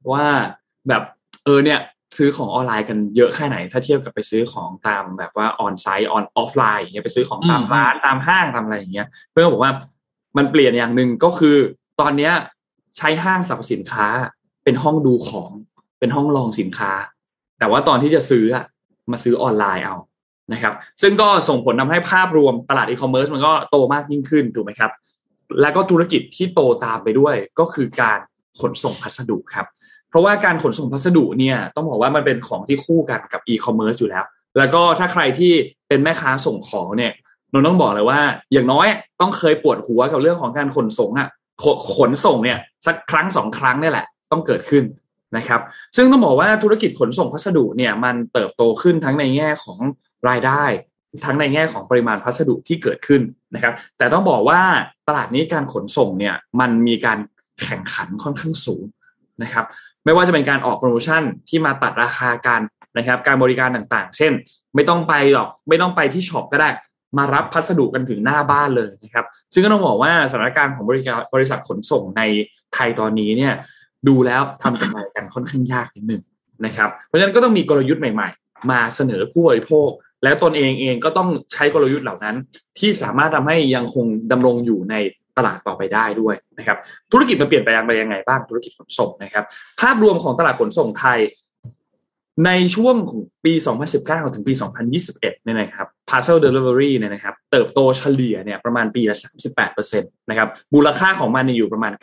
ว่าแบบเนี่ยซื้อของออนไลน์กันเยอะแค่ไหนถ้าเทียบกับไปซื้อของตามแบบว่าออนไซต์ออฟไลน์อย่างเงี้ยไปซื้อของตามร้านตามห้างตามอะไรอย่างเงี้ยเพื่อนบอกว่ามันเปลี่ยนอย่างนึงก็คือตอนเนี้ยใช้ห้างสรรพสินค้าเป็นห้องดูของเป็นห้องลองสินค้าแต่ว่าตอนที่จะซื้อมาซื้อออนไลน์เอานะครับซึ่งก็ส่งผลทำให้ภาพรวมตลาดอีคอมเมิร์ซมันก็โตมากยิ่งขึ้นถูกไหมครับแล้วก็ธุรกิจที่โตตามไปด้วยก็คือการขนส่งพัสดุครับเพราะว่าการขนส่งพัสดุเนี่ยต้องบอกว่ามันเป็นของที่คู่กันกับอีคอมเมิร์ซอยู่แล้วแล้วก็ถ้าใครที่เป็นแม่ค้าส่งของเนี่ยนนต้องบอกเลยว่าอย่างน้อยต้องเคยปวดหัวกับเรื่องของการขนส่งขนส่งเนี่ยสักครั้ง2 ครั้งนี่แหละต้องเกิดขึ้นนะครับซึ่งต้องบอกว่าธุรกิจขนส่งพัสดุเนี่ยมันเติบโตขึ้นทั้งในแง่ของรายได้ทั้งในแง่ของปริมาณพัสดุที่เกิดขึ้นนะครับแต่ต้องบอกว่าตลาดนี้การขนส่งเนี่ยมันมีการแข่งขันค่อนข้างสูงนะครับไม่ว่าจะเป็นการออกโปรโมชั่นที่มาตัดราคากันนะครับการบริการต่างๆเช่นไม่ต้องไปหรอกไม่ต้องไปที่ช็อปก็ได้มารับพัสดุกันถึงหน้าบ้านเลยนะครับซึ่งก็ต้องบอกว่าสถานการณ์ของบริษัทขนส่งในไทยตอนนี้เนี่ยดูแล้วทำกำไรกันค่อนข้างยากนิดนึงนะครับเพราะฉะนั้นก็ต้องมีกลยุทธ์ใหม่ๆมาเสนอผู้บริโภคและตนเองก็ต้องใช้กลยุทธ์เหล่านั้นที่สามารถทำให้ยังคงดำรงอยู่ในตลาดต่อไปได้ด้วยนะครับธุรกิจมันเปลี่ยนไปยังไงบ้างธุรกิจขนส่งนะครับภาพรวมของตลาดขนส่งไทยในช่วงของปี 2019 ถึงปี 2021 เนี่ยนะครับ Parcel Delivery เนี่ยนะครับเติบโตเฉลี่ยเนี่ยประมาณปีละ 38% นะครับมูลค่าของมันอยู่ประมาณ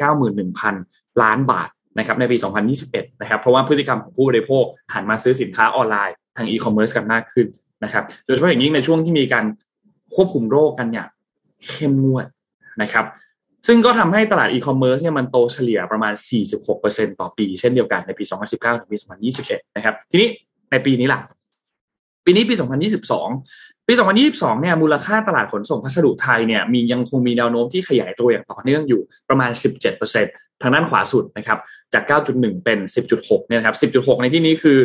91,000 ล้านบาทนะครับในปี 2021 นะครับเพราะว่าพฤติกรรมของผู้บริโภคหันมาซื้อสินค้าออนไลน์ทางอีคอมเมิร์ซกันมากขึ้นนะครับโดยเฉพาะอย่างยิ่งในช่วงที่มีการควบคุมโรคกันอย่างเข้มงวดนะครับซึ่งก็ทำให้ตลาดอีคอมเมิร์ซเนี่ยมันโตเฉลี่ยประมาณ 46% ต่อปีเช่นเดียวกันในปี 2019 ถึงปี 2021 นะครับทีนี้ในปีนี้ล่ะปีนี้ปี 2022 ปี 2022 เนี่ยมูลค่าตลาดขนส่งพัสดุไทยเนี่ยยังคงมีแนวโน้มที่ขยายตัวอย่างต่อเนื่องอยู่ประมาณ 17% ทางด้านขวาสุดนะครับจาก 9.1 เป็น 10.6 เนี่ยครับ 10.6 ในที่นี้คือ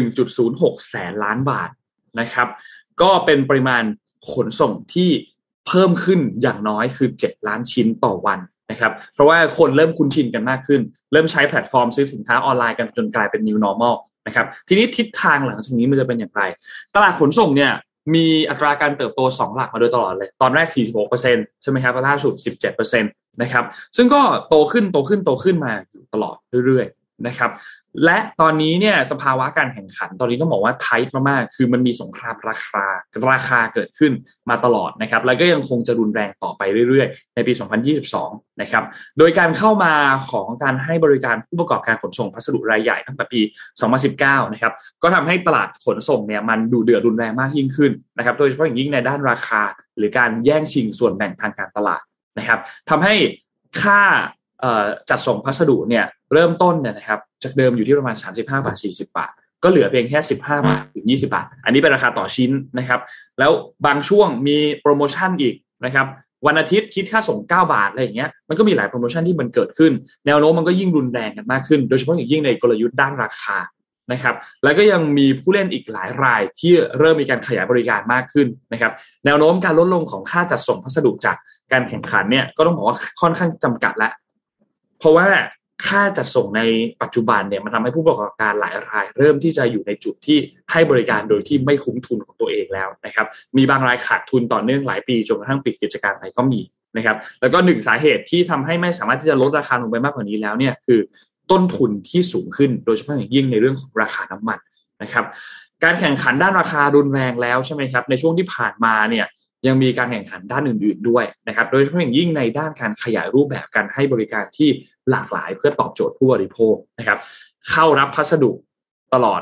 1.06 แสนล้านบาทนะครับก็เป็นปริมาณขนส่งที่เพิ่มขึ้นอย่างน้อยคือ7ล้านชิ้นต่อวันนะครับเพราะว่าคนเริ่มคุ้นชินกันมากขึ้นเริ่มใช้แพลตฟอร์มซื้อสินค้าออนไลน์กันจนกลายเป็น new normal นะครับทีนี้ทิศทางหลังจากนี้มันจะเป็นอย่างไรตลาดขนส่งเนี่ยมีอัตราการเติบโต2หลักมาโดยตลอดเลยตอนแรก 46% ใช่ไหมครับล่าสุด 17% นะครับซึ่งก็โตขึ้นมาอยู่ตลอดเรื่อยๆนะครับและตอนนี้เนี่ยสภาวะการแข่งขันตอนนี้ต้องบอกว่าไทท์มากๆคือมันมีสงครามราคาเกิดขึ้นมาตลอดนะครับแล้วก็ยังคงจะรุนแรงต่อไปเรื่อยๆในปี 2022 นะครับโดยการเข้ามาของการให้บริการผู้ประกอบการขนส่งพัสดุรายใหญ่ตั้งแต่ปี 2019 นะครับก็ทำให้ตลาดขนส่งเนี่ยมันดุเดือดรุนแรงมากยิ่งขึ้นนะครับโดยเฉพาะอย่างยิ่งในด้านราคาหรือการแย่งชิงส่วนแบ่งทางการตลาดนะครับทำให้ค่าจัดส่งพัสดุเนี่ยเริ่มต้นเนี่ยนะครับจากเดิมอยู่ที่ประมาณ35 บาท 40 บาทก็เหลือเพียงแค่15 บาทถึง20 บาทอันนี้เป็นราคาต่อชิ้นนะครับแล้วบางช่วงมีโปรโมชั่นอีกนะครับวันอาทิตย์คิดค่าส่ง9 บาทอะไรอย่างเงี้ยมันก็มีหลายโปรโมชั่นที่มันเกิดขึ้นแนวโน้มมันก็ยิ่งรุนแรงกันมากขึ้นโดยเฉพาะอย่างยิ่งในกลยุทธ์ด้านราคานะครับแล้วก็ยังมีผู้เล่นอีกหลายรายที่เริ่มมีการขยายบริการมากขึ้นนะครับแนวโน้มการลดลงของค่าจัดส่งพัสดุจากการแข่งขันเนี่ยก็ต้องบอกว่าค่อนข้างจำกัดแล้วเพราะว่าค่าจัดส่งในปัจจุบันเนี่ยมันทำให้ผู้ประกอบการหลายรายเริ่มที่จะอยู่ในจุดที่ให้บริการโดยที่ไม่คุ้มทุนของตัวเองแล้วนะครับมีบางรายขาดทุนต่อเนื่องหลายปีจนกระทั่งปิดกิจการไปก็มีนะครับแล้วก็หนึ่งสาเหตุที่ทำให้ไม่สามารถที่จะลดราคาลงไปมากกว่านี้แล้วเนี่ยคือต้นทุนที่สูงขึ้นโดยเฉพาะอย่างยิ่งในเรื่องของราคาน้ำมันนะครับการแข่งขันด้านราคารุนแรงแล้วใช่ไหมครับในช่วงที่ผ่านมาเนี่ยยังมีการแข่งขันด้านอื่นๆด้วยนะครับโดยเฉพาะอย่างยิ่งในด้านการขยายรูปแบบการให้บริการที่หลากหลายเพื่อตอบโจทย์ผู้บริโภคนะครับเข้ารับพัสดุตลอด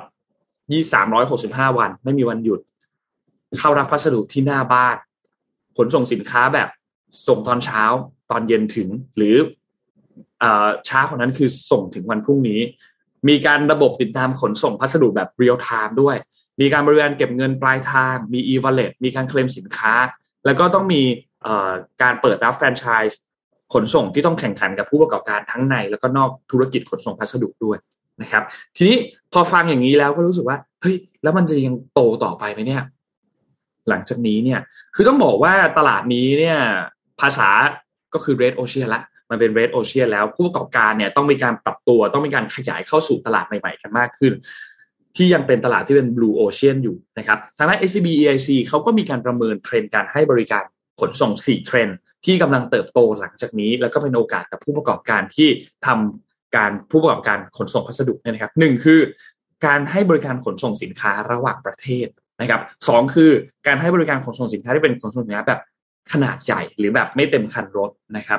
365 วันไม่มีวันหยุดเข้ารับพัสดุที่หน้าบ้านขนส่งสินค้าแบบส่งตอนเช้าตอนเย็นถึงหรือช้ากว่านั้นคือส่งถึงวันพรุ่งนี้มีการระบบติดตามขนส่งพัสดุแบบเรียลไทม์ด้วยมีการบริการเก็บเงินปลายทางมี e-wallet มีการเคลมสินค้าแล้วก็ต้องมีการเปิดรับแฟรนไชส์ขนส่งที่ต้องแข่งขันกับผู้ประกอบการทั้งในแล้วก็นอกธุรกิจขนส่งพัสดุด้วยนะครับทีนี้พอฟังอย่างนี้แล้วก็รู้สึกว่าเฮ้ยแล้วมันจะยังโตต่อไปไหมเนี่ยหลังจากนี้เนี่ยคือต้องบอกว่าตลาดนี้เนี่ยภาษาก็คือ Red Ocean ละมันเป็น Red Ocean แล้วผู้ประกอบการเนี่ยต้องมีการปรับตัวต้องมีการขยายเข้าสู่ตลาดใหม่ๆกันมากขึ้นที่ยังเป็นตลาดที่เป็น Blue Ocean อยู่นะครับทางด้าน SCB EIC เขาก็มีการประเมินเทรนด์การให้บริการขนส่ง4เทรนด์ที่กำลังเติบโตหลังจากนี้แล้วก็เป็นโอกาสกับผู้ประกอบการที่ทำการผู้ประกอบการขนส่งพัสดุนะครับ1คือการให้บริการขนส่งสินค้าระหว่างประเทศนะครับ2คือการให้บริการขนส่งสินค้าที่เป็นขนส่งสินค้าแบบขนาดใหญ่หรือแบบไม่เต็มคันรถนะครับ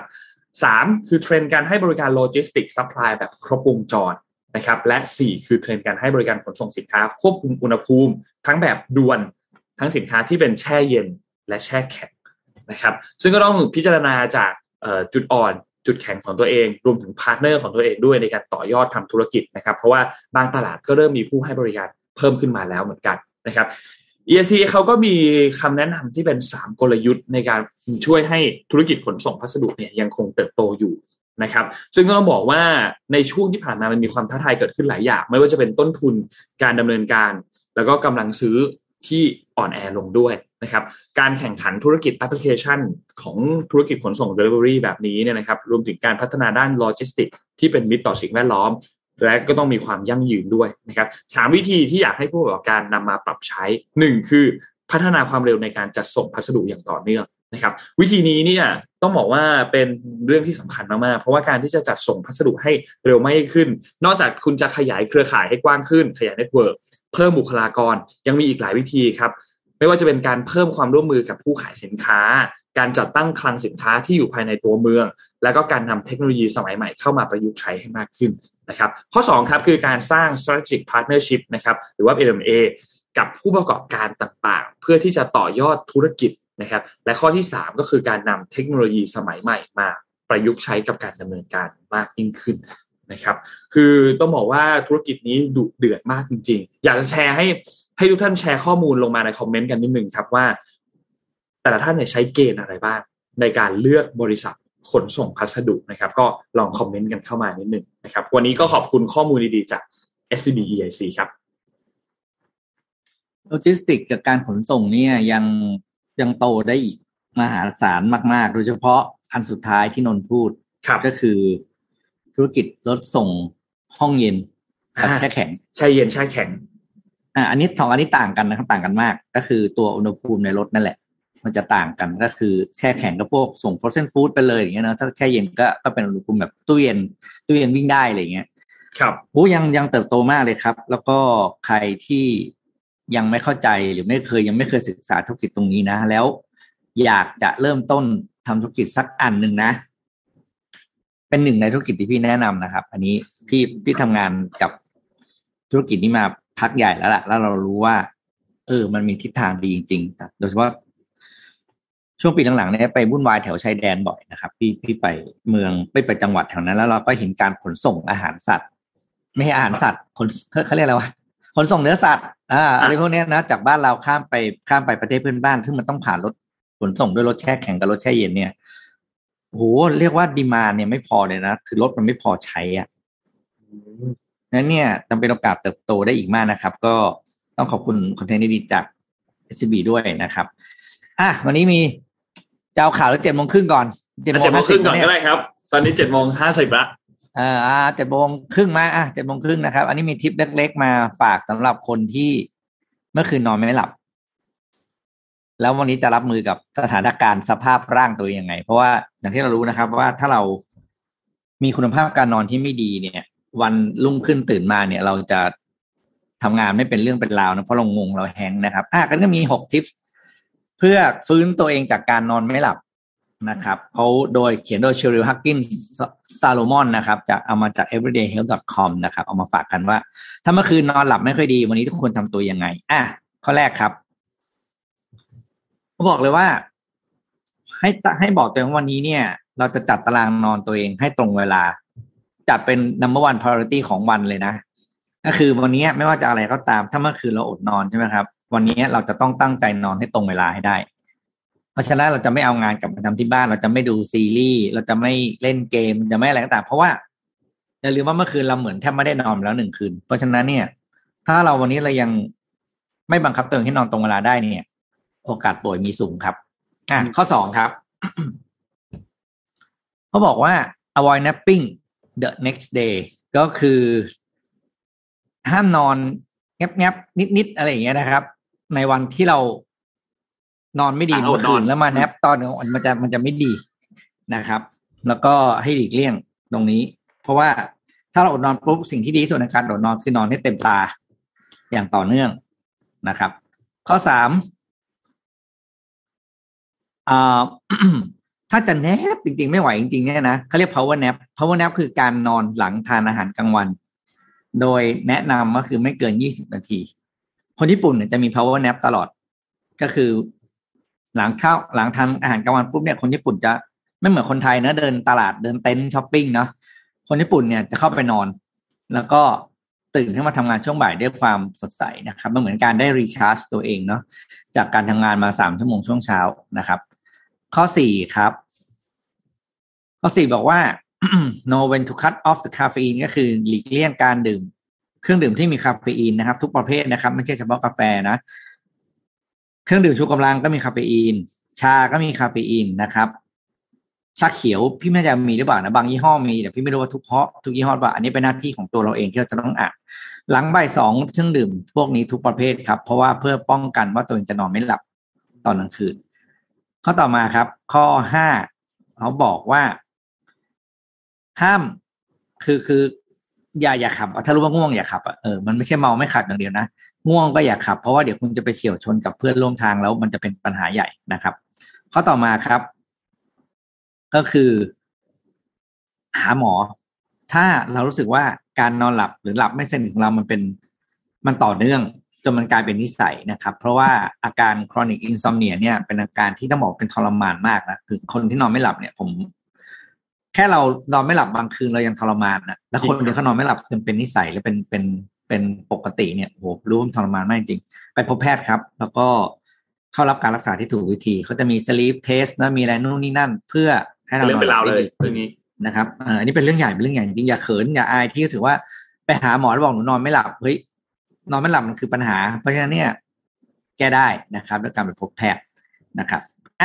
3คือเทรนด์การให้บริการโลจิสติกส์ซัพพลายแบบครบวงจรนะครับและ4คือเทรนด์การให้บริการขนส่งสินค้าควบคุมอุณหภูมิทั้งแบบด่วนทั้งสินค้าที่เป็นแช่เย็นและแช่แข็งนะครับซึ่งก็ต้องพิจารณาจากจุดอ่อนจุดแข็งของตัวเองรวมถึงพาร์ทเนอร์ของตัวเองด้วยในการต่อยอดทำธุรกิจนะครับเพราะว่าบางตลาดก็เริ่มมีผู้ให้บริการเพิ่มขึ้นมาแล้วเหมือนกันนะครับ EIC เขาก็มีคำแนะนำที่เป็น3กลยุทธ์ในการช่วยให้ธุรกิจขนส่งพัสดุเนี่ยยังคงเติบโตอยู่นะครับซึ่งก็ต้องบอกว่าในช่วงที่ผ่านมามันมีความท้าทายเกิดขึ้นหลายอย่างไม่ว่าจะเป็นต้นทุนการดำเนินการแล้วก็กำลังซื้อที่อ่อนแอลงด้วยนะครับการแข่งขันธุรกิจแอปพลิเคชันของธุรกิจขนส่ง Delivery แบบนี้เนี่ยนะครับรวมถึงการพัฒนาด้านโลจิสติกที่เป็นมิตรต่อสิ่งแวดล้อมและก็ต้องมีความยั่งยืนด้วยนะครับ3วิธีที่อยากให้ผู้ประกอบการนำมาปรับใช้1คือพัฒนาความเร็วในการจัดส่งพัสดุอย่างต่อเนื่องนะครับวิธีนี้เนี่ยต้องบอกว่าเป็นเรื่องที่สำคัญมากๆเพราะว่าการที่จะจัดส่งพัสดุให้เร็วมากขึ้นนอกจากคุณจะขยายเครือข่ายให้กว้างขึ้นขยายเน็ตเวิร์คเพิ่มบุคลากรยังมีอีกหลายวิธีครับไม่ว่าจะเป็นการเพิ่มความร่วมมือกับผู้ขายสินค้าการจัดตั้งคลังสินค้าที่อยู่ภายในตัวเมืองแล้วก็การนำเทคโนโลยีสมัยใหม่เข้ามาประยุกต์ใช้ให้มากขึ้นนะครับข้อ2ครับคือการสร้าง strategic partnership นะครับหรือว่า M&A กับผู้ประกอบการต่างๆเพื่อที่จะต่อยอดธุรกิจนะครับและข้อที่3ก็คือการนำเทคโนโลยีสมัยใหม่มาประยุกต์ใช้กับการดำเนินการมากยิ่งขึ้นนะครับคือต้องบอกว่าธุรกิจนี้ดุเดือดมากจริงๆอยากจะแชร์ให้ทุกท่านแชร์ข้อมูลลงมาในคอมเมนต์กันนิดนึงครับว่าแต่ละท่านเนี่ยใช้เกณฑ์อะไรบ้างในการเลือกบริษัทขนส่งพัสดุนะครับก็ลองคอมเมนต์กันเข้ามานิดนึงนะครับวันนี้ก็ขอบคุณข้อมูลดีๆจาก SCB EIC ครับโลจิสติกกับการขนส่งเนี่ยยังโตได้อีกมหาศาลมากๆโดยเฉพาะอันสุดท้ายที่นนท์พูดก็คือธุรกิจรถส่งห้องเย็นกับแช่แข็งแช่เย็นแช่แข็งอันนี้2อันนี้ต่างกันนะครับต่างกันมากก็คือตัวอุณหภูมิในรถนั่นแหละมันจะต่างกันก็คือแช่แข็งกับพวกส่ง frozen food ไปเลยอย่างเงี้ยนะถ้าแช่เย็นก็เป็นอุณหภูมิแบบตู้เย็นวิ่งได้อะไรอย่างเงี้ยครับยังเติบโตมากเลยครับแล้วก็ใครที่ยังไม่เข้าใจหรือยังไม่เคยศึกษาธุรกิจตรงนี้นะแล้วอยากจะเริ่มต้นทำธุรกิจสักอันนึงนะเป็นหนึ่งในธุรกิจที่พี่แนะนำนะครับอันนี้พี่ทำงานกับธุรกิจนี้มาพักใหญ่แล้วล่ะแล้วเรารู้ว่ามันมีทิศทางดีจริงๆโดยเฉพาะช่วงปีหลังๆเนี่ยไปวุ่นวายแถวชายแดนบ่อยนะครับพี่ไปเมืองไปจังหวัดแถวนั้นแล้วเราก็เห็นการขนส่งอาหารสัตว์ไม่ใช่อาหารสัตว์เขาเรียกอะไรวะขนส่งเนื้อสัตว์อะไรพวกนี้นะจากบ้านเราข้ามไปประเทศเพื่อนบ้านซึ่งมันต้องผ่านรถขนส่งด้วยรถแช่แข็งกับรถแช่เย็นเนี่ยโหเรียกว่าดีมานด์เนี่ยไม่พอเลยนะคือรถมันไม่พอใช้อ่ะนั้นเนี่ยจะเป็นโอกาสเติบโตได้อีกมากนะครับก็ต้องขอบคุณคอนเทนต์ดีๆจาก SCB ด้วยนะครับวันนี้มีจะเอาข่าวแล้ว 7:30 ก่อน 7:50 ก่อนก็ได้ครับตอนนี้ 7:50 ละ 7:30 มา7:30 นะครับอันนี้มีทิปเล็กๆมาฝากสำหรับคนที่เมื่อคืนนอนไม่หลับแล้ววันนี้จะรับมือกับสถานการณ์สภาพร่างตัวเองยังไงเพราะว่าอย่างที่เรารู้นะครับว่าถ้าเรามีคุณภาพการนอนที่ไม่ดีเนี่ยวันรุ่งขึ้นตื่นมาเนี่ยเราจะทำงานไม่เป็นเรื่องเป็นราวนะเพราะเรางงเราแฮงนะครับก็มี6ทิปเพื่อฟื้นตัวเองจากการนอนไม่หลับนะครับเขาโดยเขียนโดยเชอริล ฮักกินซาโลมอนนะครับจากเอามาจาก everydayhealth.com นะครับเอามาฝากกันว่าถ้าเมื่อคืนนอนหลับไม่ค่อยดีวันนี้ทุกคนทำตัวยังไงข้อแรกครับเขาบอกเลยว่าให้บอกตัวเองว่าวันนี้เนี่ยเราจะจัดตารางนอนตัวเองให้ตรงเวลาจัดเป็น number one priority ของวันเลยนะก็คือวันนี้ไม่ว่าจะอะไรก็ตามถ้าเมื่อคืนเราอดนอนใช่ไหมครับวันนี้เราจะต้องตั้งใจนอนให้ตรงเวลาให้ได้เพราะฉะนั้นเราจะไม่เอางานกลับมาทำที่บ้านเราจะไม่ดูซีรีส์เราจะไม่เล่นเกมจะไม่อะไรก็ตามเพราะว่าอย่าลืมว่าเมื่อคืนเราเหมือนแทบไม่ได้นอนแล้ว1 คืนเพราะฉะนั้นเนี่ยถ้าเราวันนี้เรายังไม่บังคับตัวเองให้นอนตรงเวลาได้เนี่ยโอกาสป่วยมีสูงครับข้อ2ครับ เขาบอกว่า avoid napping the next day ก็คือห้ามนอนแงบๆนิดๆอะไรอย่างเงี้ยนะครับในวันที่เรานอนไม่ดีเมื่อคืนแล้วมาแนปตอนนึงมันจะไม่ดีนะครับแล้วก็ให้หลีกเลี่ยงตรงนี้เพราะว่าถ้าเราอดนอนปุ๊บสิ่งที่ดีที่สุดในการอดนอนคือนอนให้เต็มตาอย่างต่อเนื่องนะครับข้อ3ถ้าจะแนปจริงๆไม่ไหวจริงๆเนี่ยนะเขาเรียก power nap คือการนอนหลังทานอาหารกลางวันโดยแนะนำก็คือไม่เกิน20นาทีคนญี่ปุ่นเนี่ยจะมี power nap ตลอดก็คือหลังทานอาหารกลางวันปุ๊บเนี่ยคนญี่ปุ่นจะไม่เหมือนคนไทยนะเดินตลาดเดินเต็นท์ช้อปปิ้งเนาะคนญี่ปุ่นเนี่ยจะเข้าไปนอนแล้วก็ตื่นขึ้นมาทำงานช่วงบ่ายด้วยความสดใสนะครับมันเหมือนการได้รีชาร์จตัวเองเนาะจากการทำงานมา3ชั่วโมงช่วงเช้านะครับข้อ4ครับข้อ4บอกว่า know when to cut off the caffeine ก็คือหลีกเลี่ยงการดื่มเครื่องดื่มที่มีคาเฟอีนนะครับทุกประเภทนะครับไม่ใช่เฉพาะกาแฟนะเครื่องดื่มชูกำลังก็มีคาเฟอีนชาก็มีคาเฟอีนนะครับชาเขียวพี่ไม่แน่ใจมีหรือเปล่านะบางยี่ห้อมีแต่พี่ไม่รู้ว่าทุกยี่ห้อว่าอันนี้เป็นหน้าที่ของตัวเราเองที่เราจะต้องอ่านหลังบ่าย2เครื่องดื่มพวกนี้ทุกประเภทครับเพราะว่าเพื่อป้องกันว่าตัวเองจะนอนไม่หลับตอนกลางคืนข้อต่อมาครับข้อ5เขาบอกว่าห้ามคืออย่าขับถ้ารู้ว่าง่วงอย่าขับมันไม่ใช่เมาไม่ขับอย่างเดียวนะง่วงก็อย่าขับเพราะว่าเดี๋ยวคุณจะไปเฉี่ยวชนกับเพื่อนร่วมทางแล้วมันจะเป็นปัญหาใหญ่นะครับข้อต่อมาครับก็คือหาหมอถ้าเรารู้สึกว่าการนอนหลับหรือหลับไม่สนิทของเรามันต่อเนื่องจนมันกลายเป็นนิสัยนะครับเพราะว่าอาการ chronic insomnia เนี่ยเป็นอาการที่ต้องบอกเป็นทรมานมากนะคือคนที่นอนไม่หลับเนี่ยผมแค่เรานอนไม่หลับบางคืนเรายังทรมานนะแล้วคนเดียวเขานอนไม่หลับจนเป็นนิสัยหรือเป็นปกติเนี่ยโหรู้ว่าทรมานมากจริงไปพบแพทย์ครับแล้วก็เข้ารับการรักษาที่ถูกวิธีเขาจะมี sleep test นะมีอะไรนู่นนี่นั่นเพื่อให้เรานอนหลับได้ดีเรื่องนี้นะครับอันนี้เป็นเรื่องใหญ่จริงอย่าเขินอย่าอายที่ถือว่าไปหาหมอแล้วบอกหนูนอนไม่หลับเฮ้ยนอนไม่หลับมันคือปัญหาเพราะฉะนั้นเนี่ยแก้ได้นะครับด้วยการไปพบแพทย์นะครับ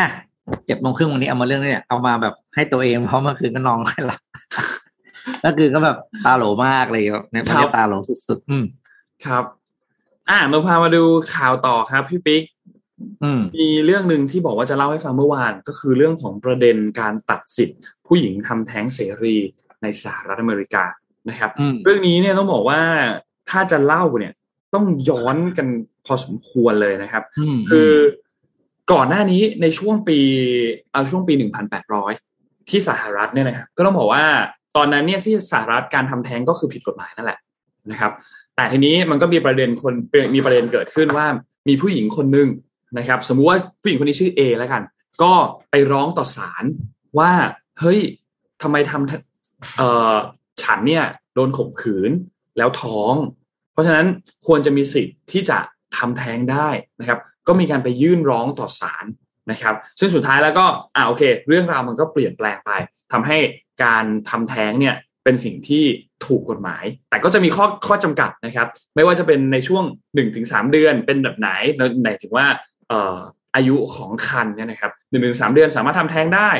7:30วันนี้เอามาเรื่องนี้เอามาแบบให้ตัวเองเพราะเมื่อคืนก็นอนไม่หลับก็คือก็แบบตาโหลมากเลยในวันนี้ตาโหลสุดๆครับเราพามาดูข่าวต่อครับพี่ปิ๊กมีเรื่องนึงที่บอกว่าจะเล่าให้ฟังเมื่อวานก็คือเรื่องของประเด็นการตัดสิทธิ์ผู้หญิงทำแท้งเสรีในสหรัฐอเมริกานะครับเรื่องนี้เนี่ยต้องบอกว่าถ้าจะเล่าเนี่ยต้องย้อนกันพอสมควรเลยนะครับคือก่อนหน้านี้ในช่วงปี 1,800 ที่สหรัฐเนี่ยนะครับก็ต้องบอกว่าตอนนั้นเนี่ยที่สหรัฐการทำแท้งก็คือผิดกฎหมายนั่นแหละนะครับแต่ทีนี้มันก็มีประเด็นเกิดขึ้นว่ามีผู้หญิงคนนึงนะครับสมมุติว่าผู้หญิงคนนี้ชื่อ A แล้วกันก็ไปร้องต่อศาลว่าเฮ้ยทำไมฉันเนี่ยโดนข่มขืนแล้วท้องเพราะฉะนั้นควรจะมีสิทธิ์ที่จะทำแท้งได้นะครับก็มีการไปยื่นร้องต่อศาลนะครับซึ่งสุดท้ายแล้วก็โอเคเรื่องราวมันก็เปลี่ยนแปลงไปทำให้การทำแท้งเนี่ยเป็นสิ่งที่ถูกกฎหมายแต่ก็จะมีข้อจำกัดนะครับไม่ว่าจะเป็นในช่วง 1-3 เดือนเป็นแบบไหนถึงว่าอายุของครรภ์เนี่ยนะครับ 1-3 เดือนสามารถทำแท้งได้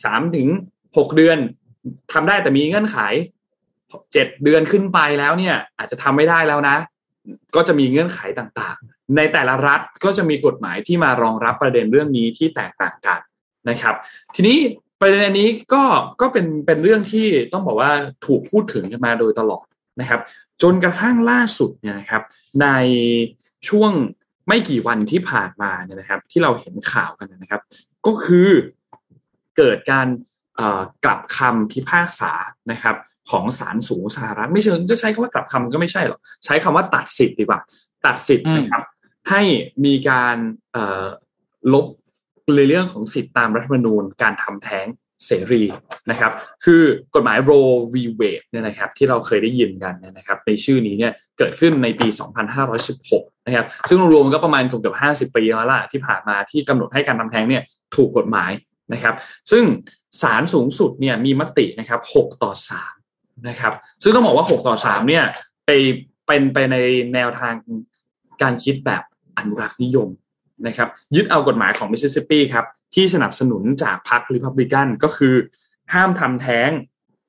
3-6 เดือนทำได้แต่มีเงื่อนไข7 เดือนขึ้นไปแล้วเนี่ยอาจจะทำไม่ได้แล้วนะก็จะมีเงื่อนไขต่างๆในแต่ละรัฐก็จะมีกฎหมายที่มารองรับประเด็นเรื่องนี้ที่แตกต่างกันนะครับทีนี้ประเด็นนี้ก็เป็นเรื่องที่ต้องบอกว่าถูกพูดถึงกันมาโดยตลอดนะครับจนกระทั่งล่าสุดเนี่ยนะครับในช่วงไม่กี่วันที่ผ่านมาเนี่ยนะครับที่เราเห็นข่าวกันนะครับก็คือเกิดการกลับคำพิพากษานะครับของศาลสูงสหรัฐไม่เชิงจะใช้คำว่ากลับคำก็ไม่ใช่หรอกใช้คำว่าตัดสิทธิ์ดีกว่าตัดสิทธิ์นะครับให้มีการลบในเรื่องของสิทธิตามรัฐธรรมนูญการทำแท้งเสรีนะครับคือกฎหมาย Roe v. Wade เนี่ยนะครับที่เราเคยได้ยินกันนะครับในชื่อนี้เนี่ยเกิดขึ้นในปี 2516 นะครับซึ่งรวมๆก็ประมาณเกือบ50 ปีแล้วล่ะที่ผ่านมาที่กำหนดให้การทำแท้งเนี่ยถูกกฎหมายนะครับซึ่งศาลสูงสุดเนี่ยมีมตินะครับ6-3นะครับซึ่งต้องบอกว่า6-3เนี่ยเป็นไปในแนวทางการคิดแบบอนุรักษ์นิยมนะครับยึดเอากฎหมายของมิสซิสซิปปีครับที่สนับสนุนจากพรรครีพับลิกันก็คือห้ามทำแท้ง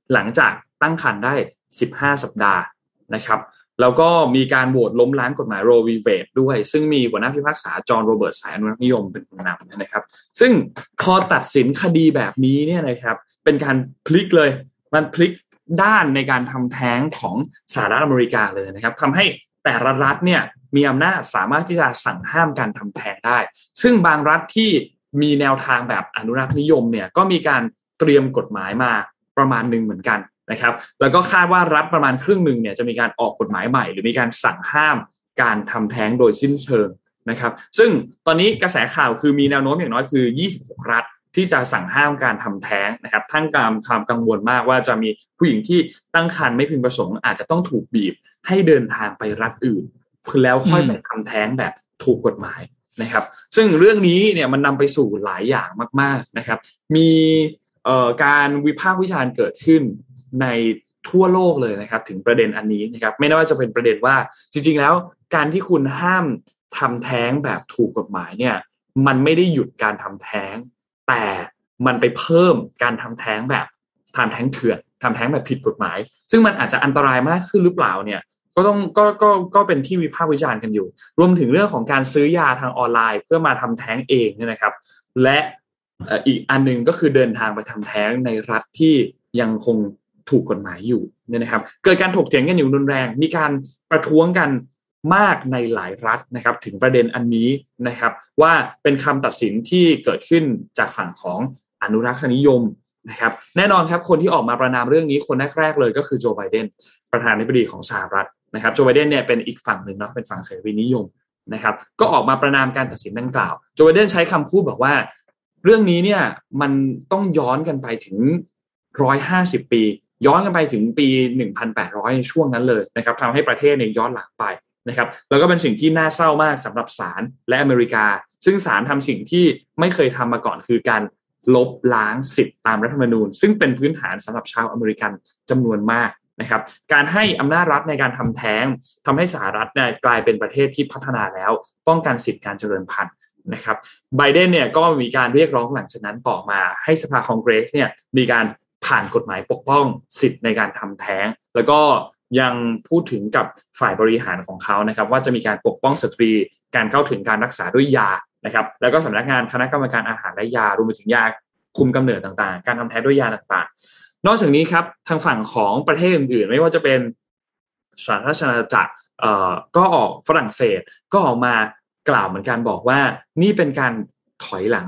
หลังจากตั้งครรภ์ได้15สัปดาห์นะครับแล้วก็มีการโหวตล้มล้างกฎหมายโรวีเวดด้วยซึ่งมีหัวหน้าพิพากษาจอห์นโรเบิร์ตสายอนุรักษนิยมเป็นผู้นำนะครับซึ่งพอตัดสินคดีแบบนี้เนี่ยนะครับเป็นการพลิกเลยมันพลิกด้านในการทำแท้งของสหรัฐอเมริกาเลยนะครับทำให้แต่ละรัฐเนี่ยมีอำนาจสามารถที่จะสั่งห้ามการทำแท้งได้ซึ่งบางรัฐที่มีแนวทางแบบอนุรักษนิยมเนี่ยก็มีการเตรียมกฎหมายมาประมาณนึงเหมือนกันนะครับแล้วก็คาดว่ารัฐประมาณครึ่งหนึ่งเนี่ยจะมีการออกกฎหมายใหม่หรือมีการสั่งห้ามการทำแท้งโดยสิ้นเชิงนะครับซึ่งตอนนี้กระแสข่าวคือมีแนวโน้มอย่างน้อยคือ26รัฐที่จะสั่งห้ามการทำแท้งนะครับท่ามกลางความกังวลมากว่าจะมีผู้หญิงที่ตั้งครรภ์ไม่พึงประสงค์อาจจะต้องถูกบีบให้เดินทางไปรัฐอื่นแล้วค่อยไปทำแท้งแบบถูกกฎหมายนะครับซึ่งเรื่องนี้เนี่ยมันนำไปสู่หลายอย่างมากๆนะครับมีการวิพากษ์วิจารณ์เกิดขึ้นในทั่วโลกเลยนะครับถึงประเด็นอันนี้นะครับไม่ว่าจะเป็นประเด็นว่าจริงๆแล้วการที่คุณห้ามทำแท้งแบบถูกกฎหมายเนี่ยมันไม่ได้หยุดการทำแท้งแต่มันไปเพิ่มการทำแท้งแบบทำแท้งเถื่อนทำแท้งแบบผิดกฎหมายซึ่งมันอาจจะอันตรายมากขึ้นหรือเปล่าเนี่ยก็เป็นที่วิพากษ์วิจารณ์กันอยู่รวมถึงเรื่องของการซื้อยาทางออนไลน์เพื่อมาทำแท้งเองเนี่ยนะครับและอีกอันนึงก็คือเดินทางไปทำแท้งในรัฐที่ยังคงถูกกฎหมายอยู่เนี่ยนะครับเกิดการถกเถียงกันอยู่รุนแรงมีการประท้วงกันมากในหลายรัฐนะครับถึงประเด็นอันนี้นะครับว่าเป็นคำตัดสินที่เกิดขึ้นจากฝั่งของอนุรักษนิยมนะครับแน่นอนครับคนที่ออกมาประณามเรื่องนี้คนแรกๆเลยก็คือโจไบเดนประธานาธิบดีของสหรัฐนะครับโจไบเดนเนี่ยเป็นอีกฝั่งหนึ่งเนาะเป็นฝั่งเสรีนิยมนะครับก็ออกมาประณามการตัดสินดังกล่าวโจไบเดนใช้คำพูดบอกว่าเรื่องนี้เนี่ยมันต้องย้อนกันไปถึง150 ปีย้อนกันไปถึงปี 1,800 ในช่วงนั้นเลยนะครับทำให้ประเทศเนี่ยย้อนหลังไปนะครับแล้วก็เป็นสิ่งที่น่าเศร้ามากสำหรับศาลและอเมริกาซึ่งศาลทำสิ่งที่ไม่เคยทำมาก่อนคือการลบล้างสิทธิตามรัฐธรรมนูญซึ่งเป็นพื้นฐานสำหรับชาวอเมริกันจำนวนมากนะครับการให้อำนาจรัฐในการทำแท้งทำให้สหรัฐเนี่ยกลายเป็นประเทศที่พัฒนาแล้วป้องกันสิทธิการเจริญพันธุ์นะครับไบเดนเนี่ยก็มีการเรียกร้องหลังจากนั้นต่อมาให้สภาคองเกรสเนี่ยมีการผ่านกฎหมายปกป้องสิทธิในการทำแท้งแล้วก็ยังพูดถึงกับฝ่ายบริหารของเขานะครับว่าจะมีการปกป้องสตรีการเข้าถึงการรักษาด้วยยานะครับแล้วก็สำนักงานคณะกรรมการอาหารและยารวมไปถึงยาคุมกำเนิดต่างๆการทำแท้งด้วยยาต่างๆนอกจากนี้ครับทางฝั่งของประเทศอื่นๆไม่ว่าจะเป็นสหราชอาณาจักรก็ออกฝรั่งเศสก็ออกมากล่าวเหมือนกันบอกว่านี่เป็นการถอยหลัง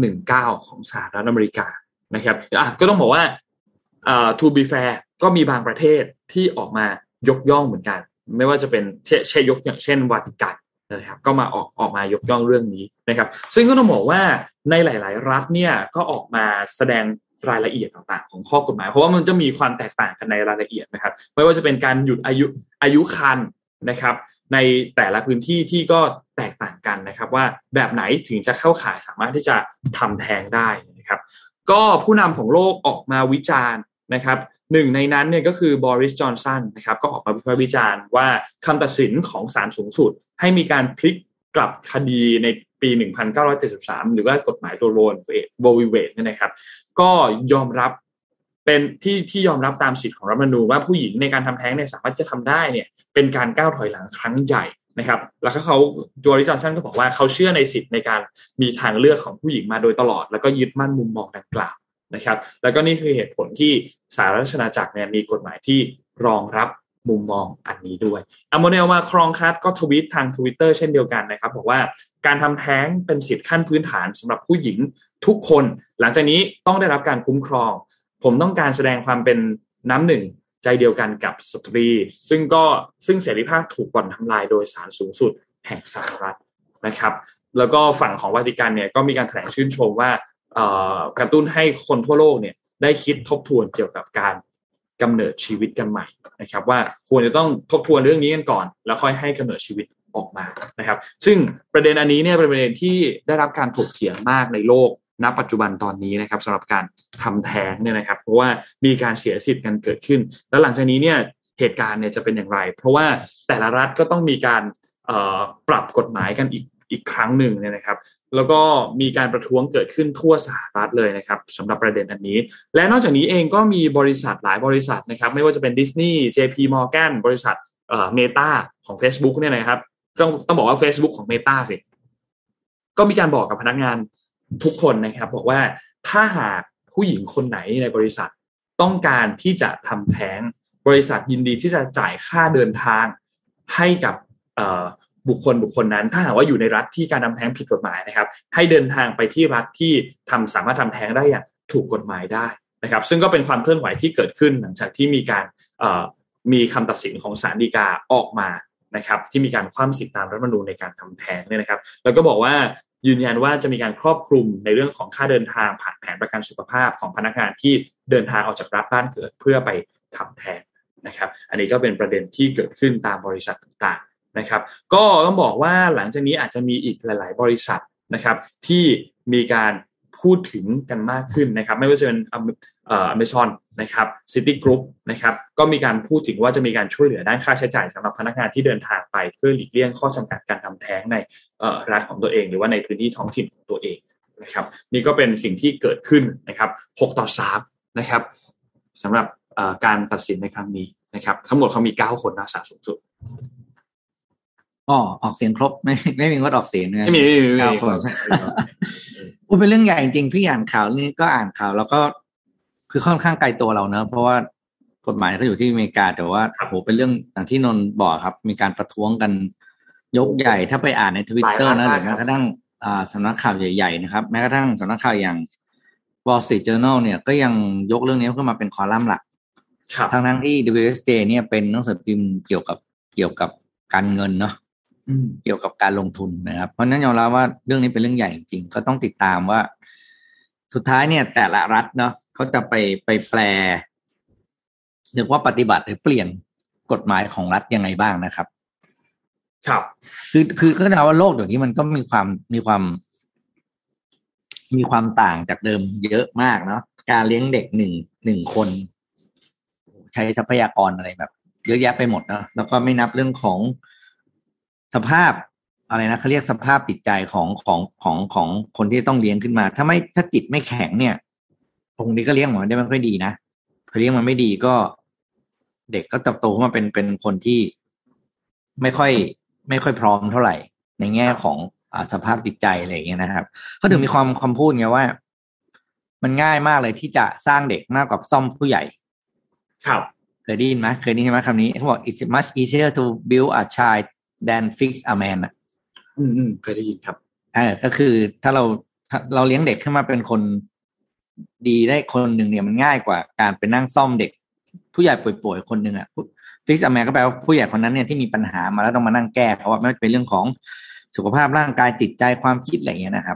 1-9ของสหรัฐอเมริกานะครับก็ต้องบอกว่าto be fair ก็มีบางประเทศที่ออกมายกย่องเหมือนกันไม่ว่าจะเป็นยกอย่างเช่นวาติกันนะครับก็มาออกมายกย่องเรื่องนี้นะครับซึ่งก็ต้องบอกว่าในหลายๆรัฐเนี่ยก็ออกมาแสดงรายละเอียดต่างๆของข้อกฎหมายเพราะว่ามันจะมีความแตกต่างกันในรายละเอียดนะครับไม่ว่าจะเป็นการหยุดอายุครรภ์นะครับในแต่ละพื้นที่ที่ก็แตกต่างกันนะครับว่าแบบไหนถึงจะเข้าข่ายสามารถที่จะทำแท้งได้นะครับก็ผู้นำของโลกออกมาวิจารณ์นะครับหนึ่งในนั้นเนี่ยก็คือบอริส จอนสันนะครับก็ออกมาวิจารณ์ว่าคำตัดสินของศาลสูงสุดให้มีการพลิกกลับคดีในปี 1973 หรือว่ากฎหมายตัวโรวีเวดเนี่ยนะครับก็ยอมรับเป็นที่ยอมรับตามสิทธิของรัฐธรรมนูญว่าผู้หญิงในการทำแท้งเนี่ยสามารถจะทำได้เนี่ยเป็นการก้าวถอยหลังครั้งใหญ่นะครับแล้วเขาบอริส จอนสันก็บอกว่าเขาเชื่อในสิทธิในการมีทางเลือกของผู้หญิงมาโดยตลอดแล้วก็ยึดมั่นมุมมองดังกล่าวนะครับแล้วก็นี่คือเหตุผลที่สหราชอาณาจักรเนี่ยมีกฎหมายที่รองรับมุมมองอันนี้ด้วยอโมเนลมาครองคัสก็ทวีตทาง Twitter เช่นเดียวกันนะครับบอกว่าการทำแท้งเป็นสิทธิขั้นพื้นฐานสำหรับผู้หญิงทุกคนหลังจากนี้ต้องได้รับการคุ้มครองผมต้องการแสดงความเป็นน้ำหนึ่งใจเดียวกันกับสตรีซึ่งเสรีภาพถูกบ่อนทำลายโดยศาลสูงสุดแห่งสหรัฐนะครับแล้วก็ฝั่งของวาติกันเนี่ยก็มีการแถลงชื่นชมว่ากระตุ้นให้คนทั่วโลกเนี่ยได้คิดทบทวนเกี่ยวกับการกำเนิดชีวิตกันใหม่นะครับว่าควรจะต้องทบทวนเรื่องนี้กันก่อนแล้วค่อยให้กำเนิดชีวิตออกมานะครับซึ่งประเด็นอันนี้เนี่ยเป็นประเด็นที่ได้รับการถกเถียงมากในโลกณปัจจุบันตอนนี้นะครับสำหรับการทำแท้งเนี่ยนะครับเพราะว่ามีการเสียสิทธิ์กันเกิดขึ้นแล้วหลังจากนี้เนี่ยเหตุการณ์เนี่ยจะเป็นอย่างไรเพราะว่าแต่ละรัฐก็ต้องมีการปรับกฎหมายกันอีอีกครั้งหนึ่งเนี่ยนะครับแล้วก็มีการประท้วงเกิดขึ้นทั่วสหรัฐเลยนะครับสำหรับประเด็นอันนี้และนอกจากนี้เองก็มีบริษัทหลายบริษัทนะครับไม่ว่าจะเป็น Disney JP Morgan บริษัทMeta ของ Facebook เนี่ยนะครับต้องบอกว่า Facebook ของ Meta สิก็มีการบอกกับพนักงานทุกคนนะครับบอกว่าถ้าหากผู้หญิงคนไหนในบริษัทต้องการที่จะทำแท้งบริษัทยินดีที่จะจ่ายค่าเดินทางให้กับบุคคลนั้นถ้าหากว่าอยู่ในรัฐที่การทำแท้งผิดกฎหมายนะครับให้เดินทางไปที่รัฐที่สามารถทำแท้งได้อย่างถูกกฎหมายได้นะครับซึ่งก็เป็นความเคลื่อนไหวที่เกิดขึ้นหลังจากที่มีการมีคำตัดสินของศาลฎีกาออกมานะครับที่มีการคว่ำสิทธิตามรัฐธรรมนูญในการทำแท้งเนี่ยนะครับแล้วก็บอกว่ายืนยันว่าจะมีการครอบคลุมในเรื่องของค่าเดินทางผ่านแผนประกันสุขภาพของพนักงานที่เดินทางออกจากรัฐบ้านเกิดเพื่อไปทำแท้งนะครับอันนี้ก็เป็นประเด็นที่เกิดขึ้นตามบริษัทต่างๆนะครับก็ต้องบอกว่าหลังจากนี้อาจจะมีอีกหลายๆบริษัทนะครับที่มีการพูดถึงกันมากขึ้นนะครับไม่ว่าจะเป็นAmazon นะครับ City Group นะครับก็มีการพูดถึงว่าจะมีการช่วยเหลือด้านค่าใช้จ่ายสำหรับพนักงานที่เดินทางไปเพื่อหลีกเลี่ยงข้อจำกัดการทำแท้งในรัฐของตัวเองหรือว่าในพื้นที่ท้องถิ่นของตัวเองนะครับนี่ก็เป็นสิ่งที่เกิดขึ้นนะครับ6-3นะครับสำหรับการตัดสินในครั้งนี้นะครับทั้งหมดเขามี9คนนะศาลสูงสุดออกเสียงครบไม่มีงดออกเสียงเลยไม่มี 9 คนเป็นเรื่องใหญ่จริงๆพี่อ่านข่าวนี่ก็อ่านข่าวแล้วก็คือค่อนข้างไกลตัวเราเนอะเพราะว่ากฎหมายก็อยู่ที่อเมริกาแต่ว่าโหเป็นเรื่องอย่างที่นนท์บอกครับมีการประท้วงกันยกใหญ่ถ้าไปอ่านใน Twitter นะหรือแม้กระทั่งสำนักข่าวใหญ่ๆนะครับแม้กระทั่งสำนักข่าวอย่าง Wall Street Journal เนี่ยก็ยังยกเรื่องนี้ขึ้นมาเป็นคอลัมน์หลักทั้งที่ WSJ เนี่ยเป็นหนังสือพิมพ์เกี่ยวกับการเงินเนาะเกี่ยวกับการลงทุนนะครับเพราะนั้นยอมรับว่าเรื่องนี้เป็นเรื่องใหญ่จริงๆก็ต้องติดตามว่าสุดท้ายเนี่ยแต่ละรัฐเนาะเขาจะไปแปลหรือว่าปฏิบัติหรือเปลี่ยนกฎหมายของรัฐยังไงบ้างนะครับคือก็จะว่าโลกเดี๋ยวนี้มันก็มีความต่างจากเดิมเยอะมากเนาะการเลี้ยงเด็กหนึ่งคนใช้ทรัพยากรอะไรแบบเยอะแยะไปหมดเนาะแล้วก็ไม่นับเรื่องของสภาพอะไรนะเขาเรียกสภาพจิตใจของคนที่ต้องเลี้ยงขึ้นมาถ้าจิตไม่แข็งเนี่ยตรงนี้ก็เลี้ยงมันได้ไม่ค่อยดีนะพอเลี้ยงมันไม่ดีก็เด็กก็เติบโตขึ้นมาเป็นคนที่ไม่ค่อยพร้อมเท่าไหร่ในแง่ของสภาพจิตใจอะไรอย่างเงี้ยนะครับเขาถึงมีความพูดไงว่ามันง่ายมากเลยที่จะสร้างเด็กมากกว่าซ่อมผู้ใหญ่ครับเคยได้ยินไหมคำนี้เขาบอก it's much easier to build a child than fix a man อ่ะเคยได้ยินครับก็คือถ้าเราเลี้ยงเด็กขึ้นมาเป็นคนดีได้คนหนึ่งเนี่ยมันง่ายกว่าการไปนั่งซ่อมเด็กผู้ใหญ่ป่วยๆคนหนึ่งอ่ะ fix a man ก็แปลว่าผู้ใหญ่คนนั้นเนี่ยที่มีปัญหามาแล้วต้องมานั่งแก้เพราะว่าไม่ว่าจะเป็นเรื่องของสุขภาพร่างกายจิตใจความคิดอะไรอย่างเงี้ยนะครับ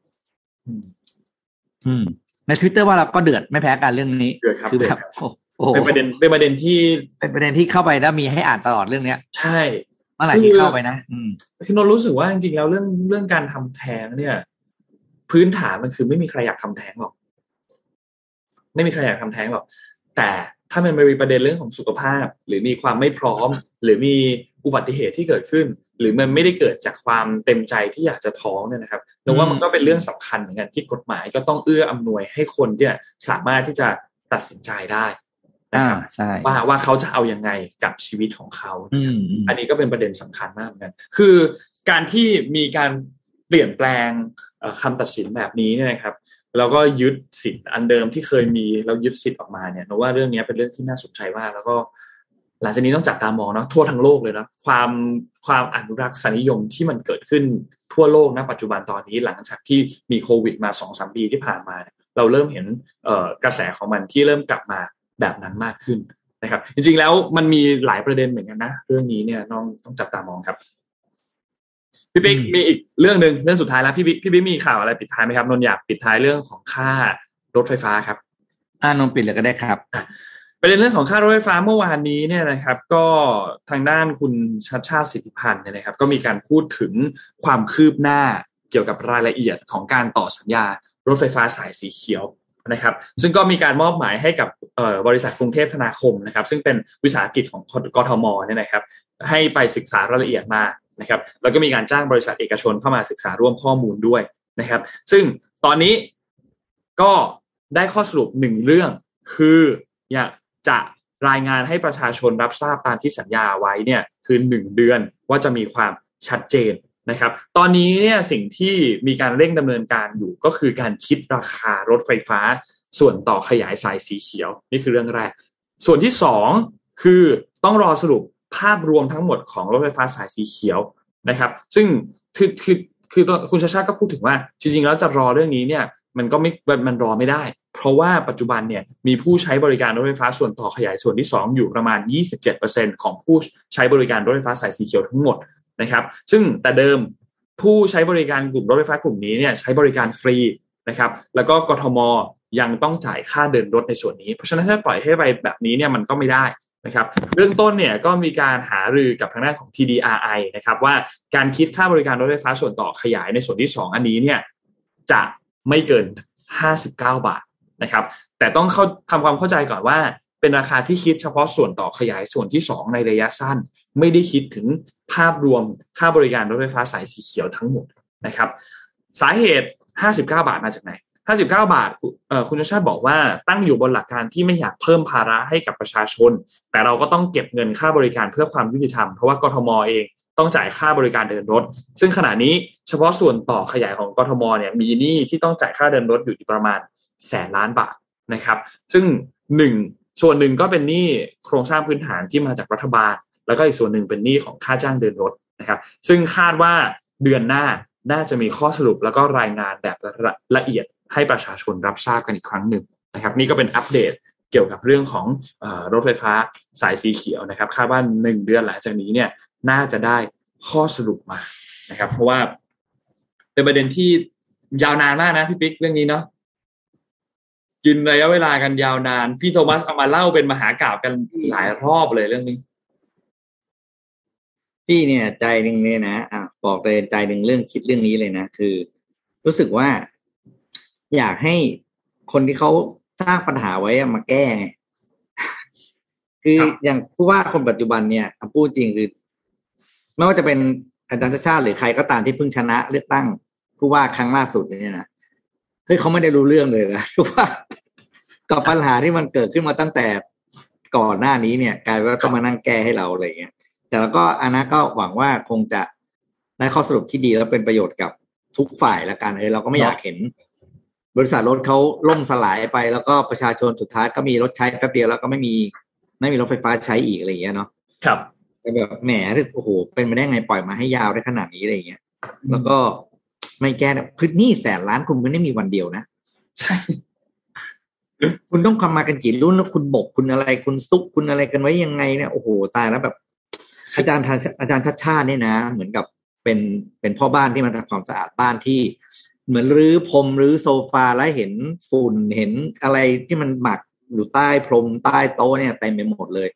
ใน Twitter ว่าเราก็เดือดไม่แพ้กันเรื่องนี้คือแบบเป็นประเด็นที่เข้าไปแล้วมีให้อ่านตลอดเรื่องเนี้ยใช่เมื่อไหร่ที่เข้าไปนะคือนนรู้สึกว่าจริงๆแล้วเรื่องการทำแท้งเนี่ยพื้นฐานมันคือไม่มีใครอยากทำแท้งหรอกไม่มีใครอยากทำแท้งหรอกแต่ถ้ามันมีประเด็นเรื่องของสุขภาพหรือมีความไม่พร้อมหรือมีอุบัติเหตุที่เกิดขึ้นหรือมันไม่ได้เกิดจากความเต็มใจที่อยากจะท้องเนี่ยนะครับแต่ว่ามันก็เป็นเรื่องสำคัญเหมือนกันที่กฎหมายก็ต้องเอื้ออำนวยให้คนที่สามารถที่จะตัดสินใจได้นะครับว่าเขาจะเอายังไงกับชีวิตของเขาอันนี้ก็เป็นประเด็นสำคัญมากเหมือนกันคือการที่มีการเปลี่ยนแปลงคำตัดสินแบบนี้เนี่ยนะครับแล้วก็ยึดสิทธิ์อันเดิมที่เคยมีแล้วยึดสิทธิ์ออกมาเนี่ยว่าเรื่องนี้เป็นเรื่องที่น่าสนใจมากแล้วก็หลังจากนี้ต้องจับตามองเนาะทั่วทั้งโลกเลยนะความอนุรักษนิยมที่มันเกิดขึ้นทั่วโลกณปัจจุบันตอนนี้หลังจากที่มีโควิดมา 2-3 ปีที่ผ่านมาเราเริ่มเห็นกระแสของมันที่เริ่มกลับมาแบบนั้นมากขึ้นนะครับจริงๆแล้วมันมีหลายประเด็นเหมือนกันนะเรื่องนี้เนี่ยต้องจับตามองครับพี่ปิ๊กมีอีกเรื่องนึงเรื่องสุดท้ายแล้วพี่ปิ๊กมีข่าวอะไรปิดท้ายไหมครับนนอยากปิดท้ายเรื่องของค่ารถไฟฟ้าครับนนปิดเลยก็ได้ครับประเด็นเรื่องของค่ารถไฟฟ้าเมื่อวานนี้เนี่ยนะครับก็ทางด้านคุณชัชชาติสิทธิพันธ์เนี่ยนะครับก็มีการพูดถึงความคืบหน้าเกี่ยวกับรายละเอียดของการต่อสัญญารถไฟฟ้าสายสีเขียวนะครับซึ่งก็มีการมอบหมายให้กับบริษัทกรุงเทพธนาคมนะครับซึ่งเป็นวิสาหกิจของกทมเนี่ยนะครับให้ไปศึกษารายละเอียดมานะครับแล้วก็มีการจ้างบริษัทเอกชนเข้ามาศึกษาร่วมข้อมูลด้วยนะครับซึ่งตอนนี้ก็ได้ข้อสรุป1เรื่องคืออยากจะรายงานให้ประชาชนรับทราบตามที่สัญญาไว้เนี่ยคือ1เดือนว่าจะมีความชัดเจนนะครับตอนนี้เนี่ยสิ่งที่มีการเร่งดำเนินการอยู่ก็คือการคิดราคารถไฟฟ้าส่วนต่อขยายสายสีเขียวนี่คือเรื่องแรกส่วนที่2คือต้องรอสรุปภาพรวมทั้งหมดของรถไฟฟ้าสายสีเขียวนะครับซึ่งคือคุณชาชาก็พูดถึงว่าจริงๆแล้วจะรอเรื่องนี้เนี่ยมันรอไม่ได้เพราะว่าปัจจุบันเนี่ยมีผู้ใช้บริการรถไฟฟ้าส่วนต่อขยายส่วนที่2อยู่ประมาณ 27% ของผู้ใช้บริการรถไฟฟ้าสายสีเขียวทั้งหมดนะครับซึ่งแต่เดิมผู้ใช้บริการกลุ่มรถไฟฟ้ากลุ่มนี้เนี่ยใช้บริการฟรีนะครับแล้วก็กทมยังต้องจ่ายค่าเดินรถในส่วนนี้เพราะฉะนั้นถ้าปล่อยให้ไปแบบนี้เนี่ยมันก็ไม่ได้นะครับเรื่องต้นเนี่ยก็มีการหารือกับทางด้านของ TDRI นะครับว่าการคิดค่าบริการรถไฟฟ้าส่วนต่อขยายในส่วนที่2อันนี้เนี่ยจะไม่เกิน59 บาทนะครับแต่ต้องทำความเข้าใจก่อนว่าเป็นราคาที่คิดเฉพาะส่วนต่อขยายส่วนที่2ในระยะสั้นไม่ได้คิดถึงภาพรวมค่าบริการรถไฟฟ้าสายสีเขียวทั้งหมดนะครับสาเหตุ59 บาทมาจากไหน59 บาทคุณชาติบอกว่าตั้งอยู่บนหลักการที่ไม่อยากเพิ่มภาระให้กับประชาชนแต่เราก็ต้องเก็บเงินค่าบริการเพื่อความยุติธรรมเพราะว่ากทมเองต้องจ่ายค่าบริการเดินรถซึ่งขณะนี้เฉพาะส่วนต่อขยายของกทมเนี่ยมีหนี้ที่ต้องจ่ายค่าเดินรถอยู่ที่ประมาณ100,000 ล้านบาทนะครับซึ่งส่วนหนึ่งก็เป็นหนี้โครงสร้างพื้นฐานที่มาจากรัฐบาลแล้วก็อีกส่วนหนึ่งเป็นหนี้ของค่าจ้างเดินรถนะครับซึ่งคาดว่าเดือนหน้าน่าจะมีข้อสรุปแล้วก็รายงานแบบละเอียดให้ประชาชนรับทราบกันอีกครั้งหนึ่งนะครับนี่ก็เป็นอัปเดตเกี่ยวกับเรื่องของรถไฟฟ้าสายสีเขียวนะครับคาดว่า1 เดือนหลังจากนี้เนี่ยน่าจะได้ข้อสรุปมานะครับเพราะว่าเป็นประเด็นที่ยาวนานมากนะพี่ปิ๊กเรื่องนี้เนาะกินระยะเวลากันยาวนานพี่โทมัสเอามาเล่าเป็นมหากาพย์กันหลายรอบเลยเรื่องนี้พี่เนี่ยใจหนึ่งเนี่ยนะบอกเลยใจหนึ่งเรื่องคิดเรื่องนี้เลยนะคือรู้สึกว่าอยากให้คนที่เขาสร้างปัญหาไว้มาแก้ไงคืออย่างผู้ว่าคนปัจจุบันเนี่ยพูดจริงคือไม่ว่าจะเป็นอาจารย์ชาติหรือใครก็ตามที่เพิ่งชนะเลือกตั้งผู้ว่าครั้งล่าสุดเนี่ยนะเฮ้ยเขาไม่ได้รู้เรื่องเลยนะเพราะว่ากับปัญหาที่มันเกิดขึ้นมาตั้งแต่ก่อนหน้านี้เนี่ยกลายว่าต้องมานั่งแก้ให้เราอะไรเงี้ยแต่แล้วก็อนาก็หวังว่าคงจะได้ข้อสรุปที่ดีแล้วเป็นประโยชน์กับทุกฝ่ายละกันเราก็ไม่อยากเห็นบริษัทรถเขาล่มสลายไปแล้วก็ประชาชนสุดท้ายก็มีรถใช้แป๊บเดียวแล้วก็ไม่มีรถไฟฟ้าใช้อีกอะไรอย่างเงี้ยเนาะครับแต่แบบแหมโอ้โหเป็นไปได้ไงปล่อยมาให้ยาวได้ขนาดนี้อะไรอย่างเงี้ยแล้วก็ไม่แก้พื้นที่100,000 ล้านคุณไม่ได้มีวันเดียวนะใช่คุณต้องทำมากันกี่รุ่นแล้วคุณบกคุณอะไรคุณซุกคุณอะไรกันไว้ยังไงเนี่ยโอ้โหตายแล้วแบบอาจารย์ชัชชาติเนี่ยนะเหมือนกับเป็นพ่อบ้านที่มาทำความสะอาดบ้านที่เหมือนรื้อพรมรื้อโซฟาแล้วเห็นฝุ่นเห็นอะไรที่มันหมักอยู่ใต้พรมใต้โต๊ะเนี่ยเต็มไปหมดเลย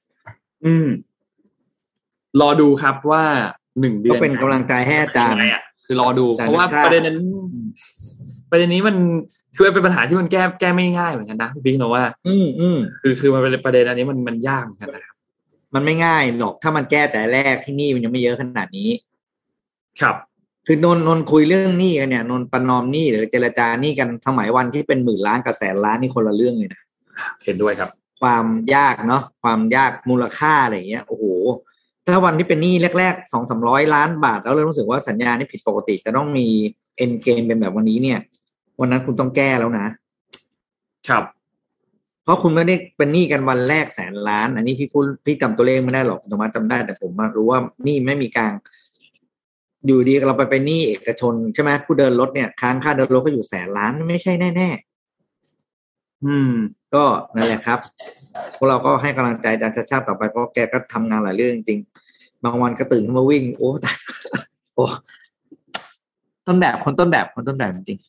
รอดูครับว่า1 เดือนก็เป็นกำลังใจให้อาจารย์คือรอดูเพราะว่าประเด็นนี้มันคือเป็นปัญหาที่มันแก้ไม่ง่ายเหมือนกันนะพี่บิ๊กนะว่าคือมันเป็นประเด็นอันนี้มันยากเหมือนกันนะครับมันไม่ง่ายหรอกถ้ามันแก้แต่แรกที่นี่มันยังไม่เยอะขนาดนี้ครับคือนนคุยเรื่องหนี้กันเนี่ยนนประนอมหนี้หรือเจรจาหนี้กันสมัยวันที่เป็น10,000 ล้านกับ100,000 ล้านนี่คนละเรื่องเลยนะเห็นด้วยครับความยากเนาะความยากมูลค่าอะไรอย่างเงี้ยโอ้โหถ้าวันที่เป็นหนี้แรกๆ 200-300 ล้านบาทแล้วเรารู้สึกว่าสัญญานี่ผิดปกติจะต้องมีเอ็นเกมเป็นแบบวันนี้เนี่ยวันนั้นคุณต้องแก้แล้วนะครับเพราะคุณไม่ได้เป็นหนี้กันวันแรก100,000 ล้านอันนี้พี่จำตัวเลขไม่ได้หรอกสมมติจำได้แต่ผมมารู้ว่าหนี้ไม่มีกลางอยู่ดีเราไปหนี้เอกชนใช่ไหมผู้เดินรถเนี่ยค้างค่าเดินรถก็อยู่100,000 ล้านไม่ใช่แน่ๆก็นั่นแหละครับพวกเราก็ให้กำลังใจอาจารย์ชัชชาติต่อไปเพราะแกก็ทำงานหลายเรื่องจริงบางวันก็ตื่นขึ้นมาวิ่งโอ้ต้นแบบจริง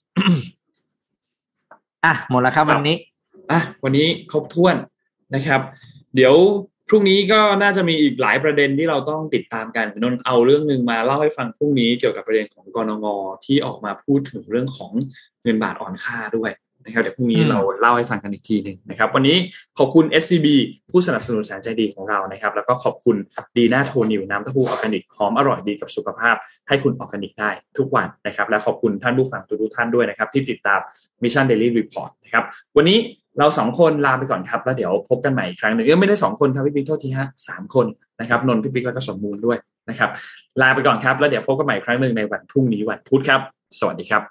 หมดแล้วครับวันนี้วันนี้ครบถ้วนนะครับเดี๋ยวพรุ่งนี้ก็น่าจะมีอีกหลายประเด็นที่เราต้องติดตามกันนนเอาเรื่องนึงมาเล่าให้ฟังพรุ่งนี้เกี่ยวกับประเด็นของกนง.ที่ออกมาพูดถึงเรื่องของเงินบาทอ่อนค่าด้วยนะครับเดี๋ยวพรุ่งนี้เราเล่าให้ฟังกันอีกทีนึงนะครับวันนี้ขอบคุณ SCB ผู้สนับสนุนแสนใจดีของเรานะครับแล้วก็ขอบคุณดีน่าโทนิวน้ำเต้าหู้ออร์แกนิกหอมอร่อยดีกับสุขภาพให้คุณออร์แกนิกได้ทุกวันนะครับและขอบคุณท่านผู้ฟังทุกท่านด้วยนะครับที่ติดตาม Mission Daily Report นะครับวันนี้เรา2คนลาไปก่อนครับแล้วเดี๋ยวพบกันใหม่อีกครั้งนึงไม่ได้2คนครับพี่ปิ๊กโทษทีฮะ3คนนะครับนนท์พี่ปิ๊กแล้วก็สมบูรณ์ด้วยนะครับลาไปก่อนครับแล้วเดี๋ยวพบกันใหม่อีกครั้งนึงในวันพรุ่งนี้วันพุธครับสวัสดีครับ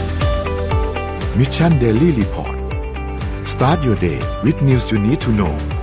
Mission Daily Report Start your day with news you need to know